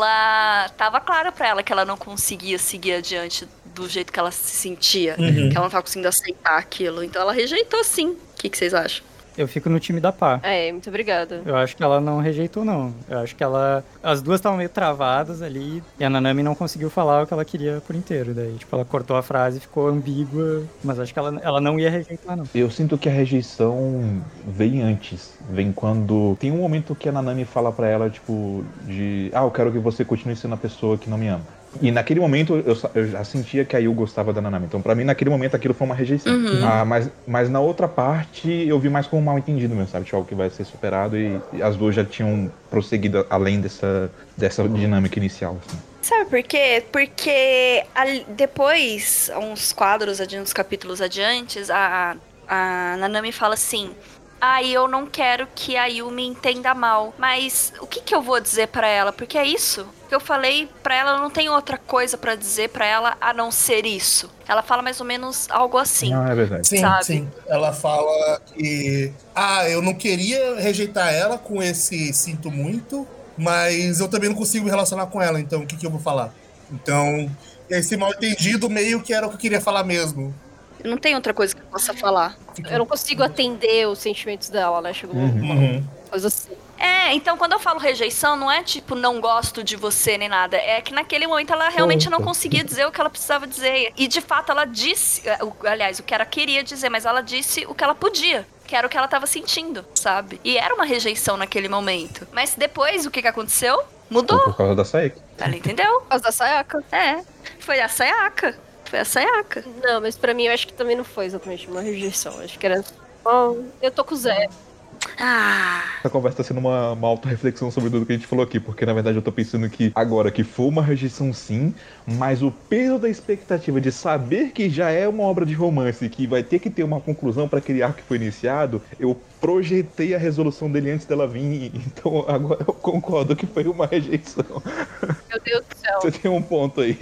ela tava claro pra ela que ela não conseguia seguir adiante do jeito que ela se sentia. Que ela não tava conseguindo aceitar aquilo. Então ela rejeitou sim. O que vocês acham? Eu fico no time da Pá. Muito obrigada. Eu acho que ela não rejeitou, não. Eu acho que as duas estavam meio travadas ali, e a Nanami não conseguiu falar o que ela queria por inteiro. Daí, tipo, ela cortou a frase, ficou ambígua, mas acho que ela não ia rejeitar, não. Eu sinto que a rejeição vem antes. Vem quando... Tem um momento que a Nanami fala pra ela, tipo, eu quero que você continue sendo a pessoa que não me ama. E naquele momento eu já sentia que a Yu gostava da Nanami. Então pra mim naquele momento aquilo foi uma rejeição. Mas na outra parte eu vi mais como um mal entendido mesmo, sabe? Tipo, algo que vai ser superado e as duas já tinham prosseguido além dessa dinâmica inicial, assim. Sabe por quê? Porque depois, uns capítulos adiante, a Nanami fala assim... eu não quero que a Yu me entenda mal. Mas o que eu vou dizer pra ela? Porque é isso que eu falei pra ela, não tem outra coisa pra dizer pra ela a não ser isso. Ela fala mais ou menos algo assim. Não, é verdade. Sim, sabe? sim. Ela fala que... eu não queria rejeitar ela com esse sinto muito, mas eu também não consigo me relacionar com ela, então o que eu vou falar? Então, esse mal entendido meio que era o que eu queria falar mesmo. Não tem outra coisa que eu possa falar. Eu não consigo atender os sentimentos dela, né? Chegou uma coisa assim. Então quando eu falo rejeição, não é tipo, não gosto de você nem nada. É que naquele momento ela realmente não conseguia dizer o que ela precisava dizer. E de fato ela disse, aliás, o que ela queria dizer, mas ela disse o que ela podia. Que era o que ela tava sentindo, sabe? E era uma rejeição naquele momento. Mas depois, o que aconteceu? Mudou. Por causa da Sayaka. Ela entendeu? Por causa da Sayaka? Foi a Sayaka. Não, mas pra mim eu acho que também não foi exatamente uma rejeição. Acho que era eu tô com o Zé. Essa conversa tá sendo uma auto-reflexão sobre tudo que a gente falou aqui, porque na verdade eu tô pensando que agora que foi uma rejeição sim, mas o peso da expectativa de saber que já é uma obra de romance, que vai ter que ter uma conclusão pra aquele arco que foi iniciado, eu projetei a resolução dele antes dela vir, então agora eu concordo que foi uma rejeição. Meu Deus do céu. Você tem um ponto aí.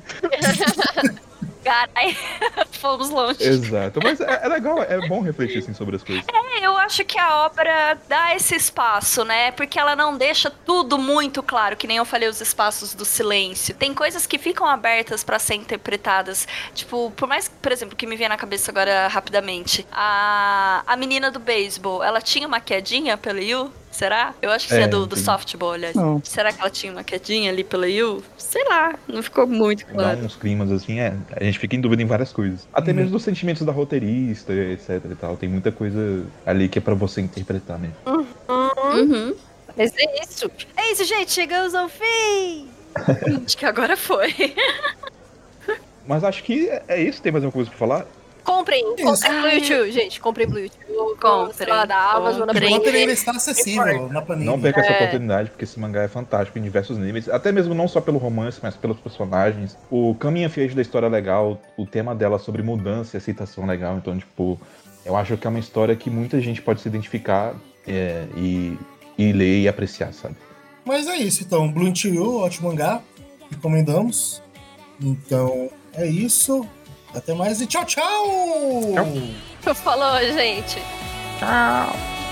Carai, fomos longe. Exato, mas é legal, é bom refletir assim sobre as coisas. Eu acho que a obra dá esse espaço, né? Porque ela não deixa tudo muito claro, que nem eu falei, os espaços do silêncio. Tem coisas que ficam abertas pra ser interpretadas. Tipo, por mais, por exemplo, que me vem na cabeça agora rapidamente. A menina do beisebol, ela tinha uma quedinha pelo Yu? Será? Eu acho que isso é do softball, aliás. Não. Será que ela tinha uma quedinha ali pela Yu? Sei lá, não ficou muito claro. Dá uns climas assim, a gente fica em dúvida em várias coisas. Até mesmo dos sentimentos da roteirista, etc e tal. Tem muita coisa ali que é pra você interpretar mesmo. Mas é isso. É isso, gente. Chegamos ao fim. Acho que agora foi. Mas acho que é isso. Tem mais alguma coisa pra falar? Comprem Blue YouTube, gente. Comprem Blue YouTube. Comprem. Lá da Amazon. O Hunter ainda está acessível na Panini. Não perca essa oportunidade, porque esse mangá é fantástico em diversos níveis. Até mesmo não só pelo romance, mas pelos personagens. O caminho fiel da história é legal. O tema dela sobre mudança e aceitação é legal. Então, tipo, eu acho que é uma história que muita gente pode se identificar e ler e apreciar, sabe? Mas é isso, então. Blue to You, ótimo mangá. Recomendamos. Então, é isso. Até mais e tchau, tchau! Falou, gente. Tchau!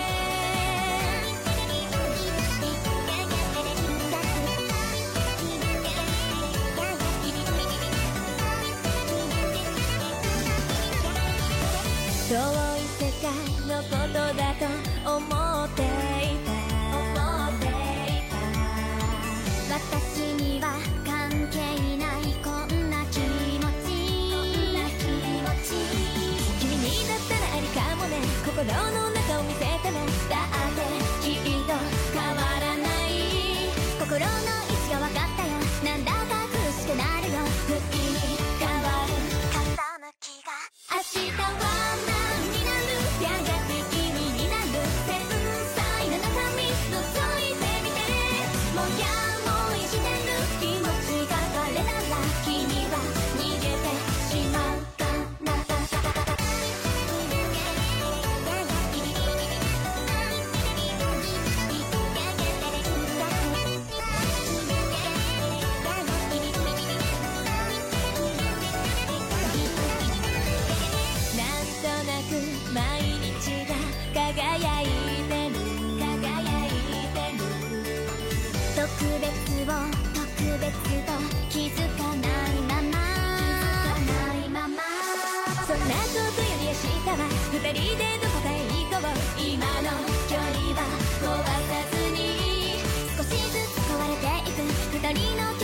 遠い世界のことだと思っていた私には関係ないこんな気持ち君にだったらありかもね心の中を見せてもだってきっと変わらない心の位置が分かったよなんだか苦しくなるよ不意に変わる風向きが明日はやがて君になる繊細な中身覗いてみてもやもやしてる気持ちが彼なら君は逃げてしまうかななんとなく毎日が輝いてる特別と気づかないままそんなことより明日は二人でどこかへ行こう今の距離は壊さずに少しずつ壊れていく二人の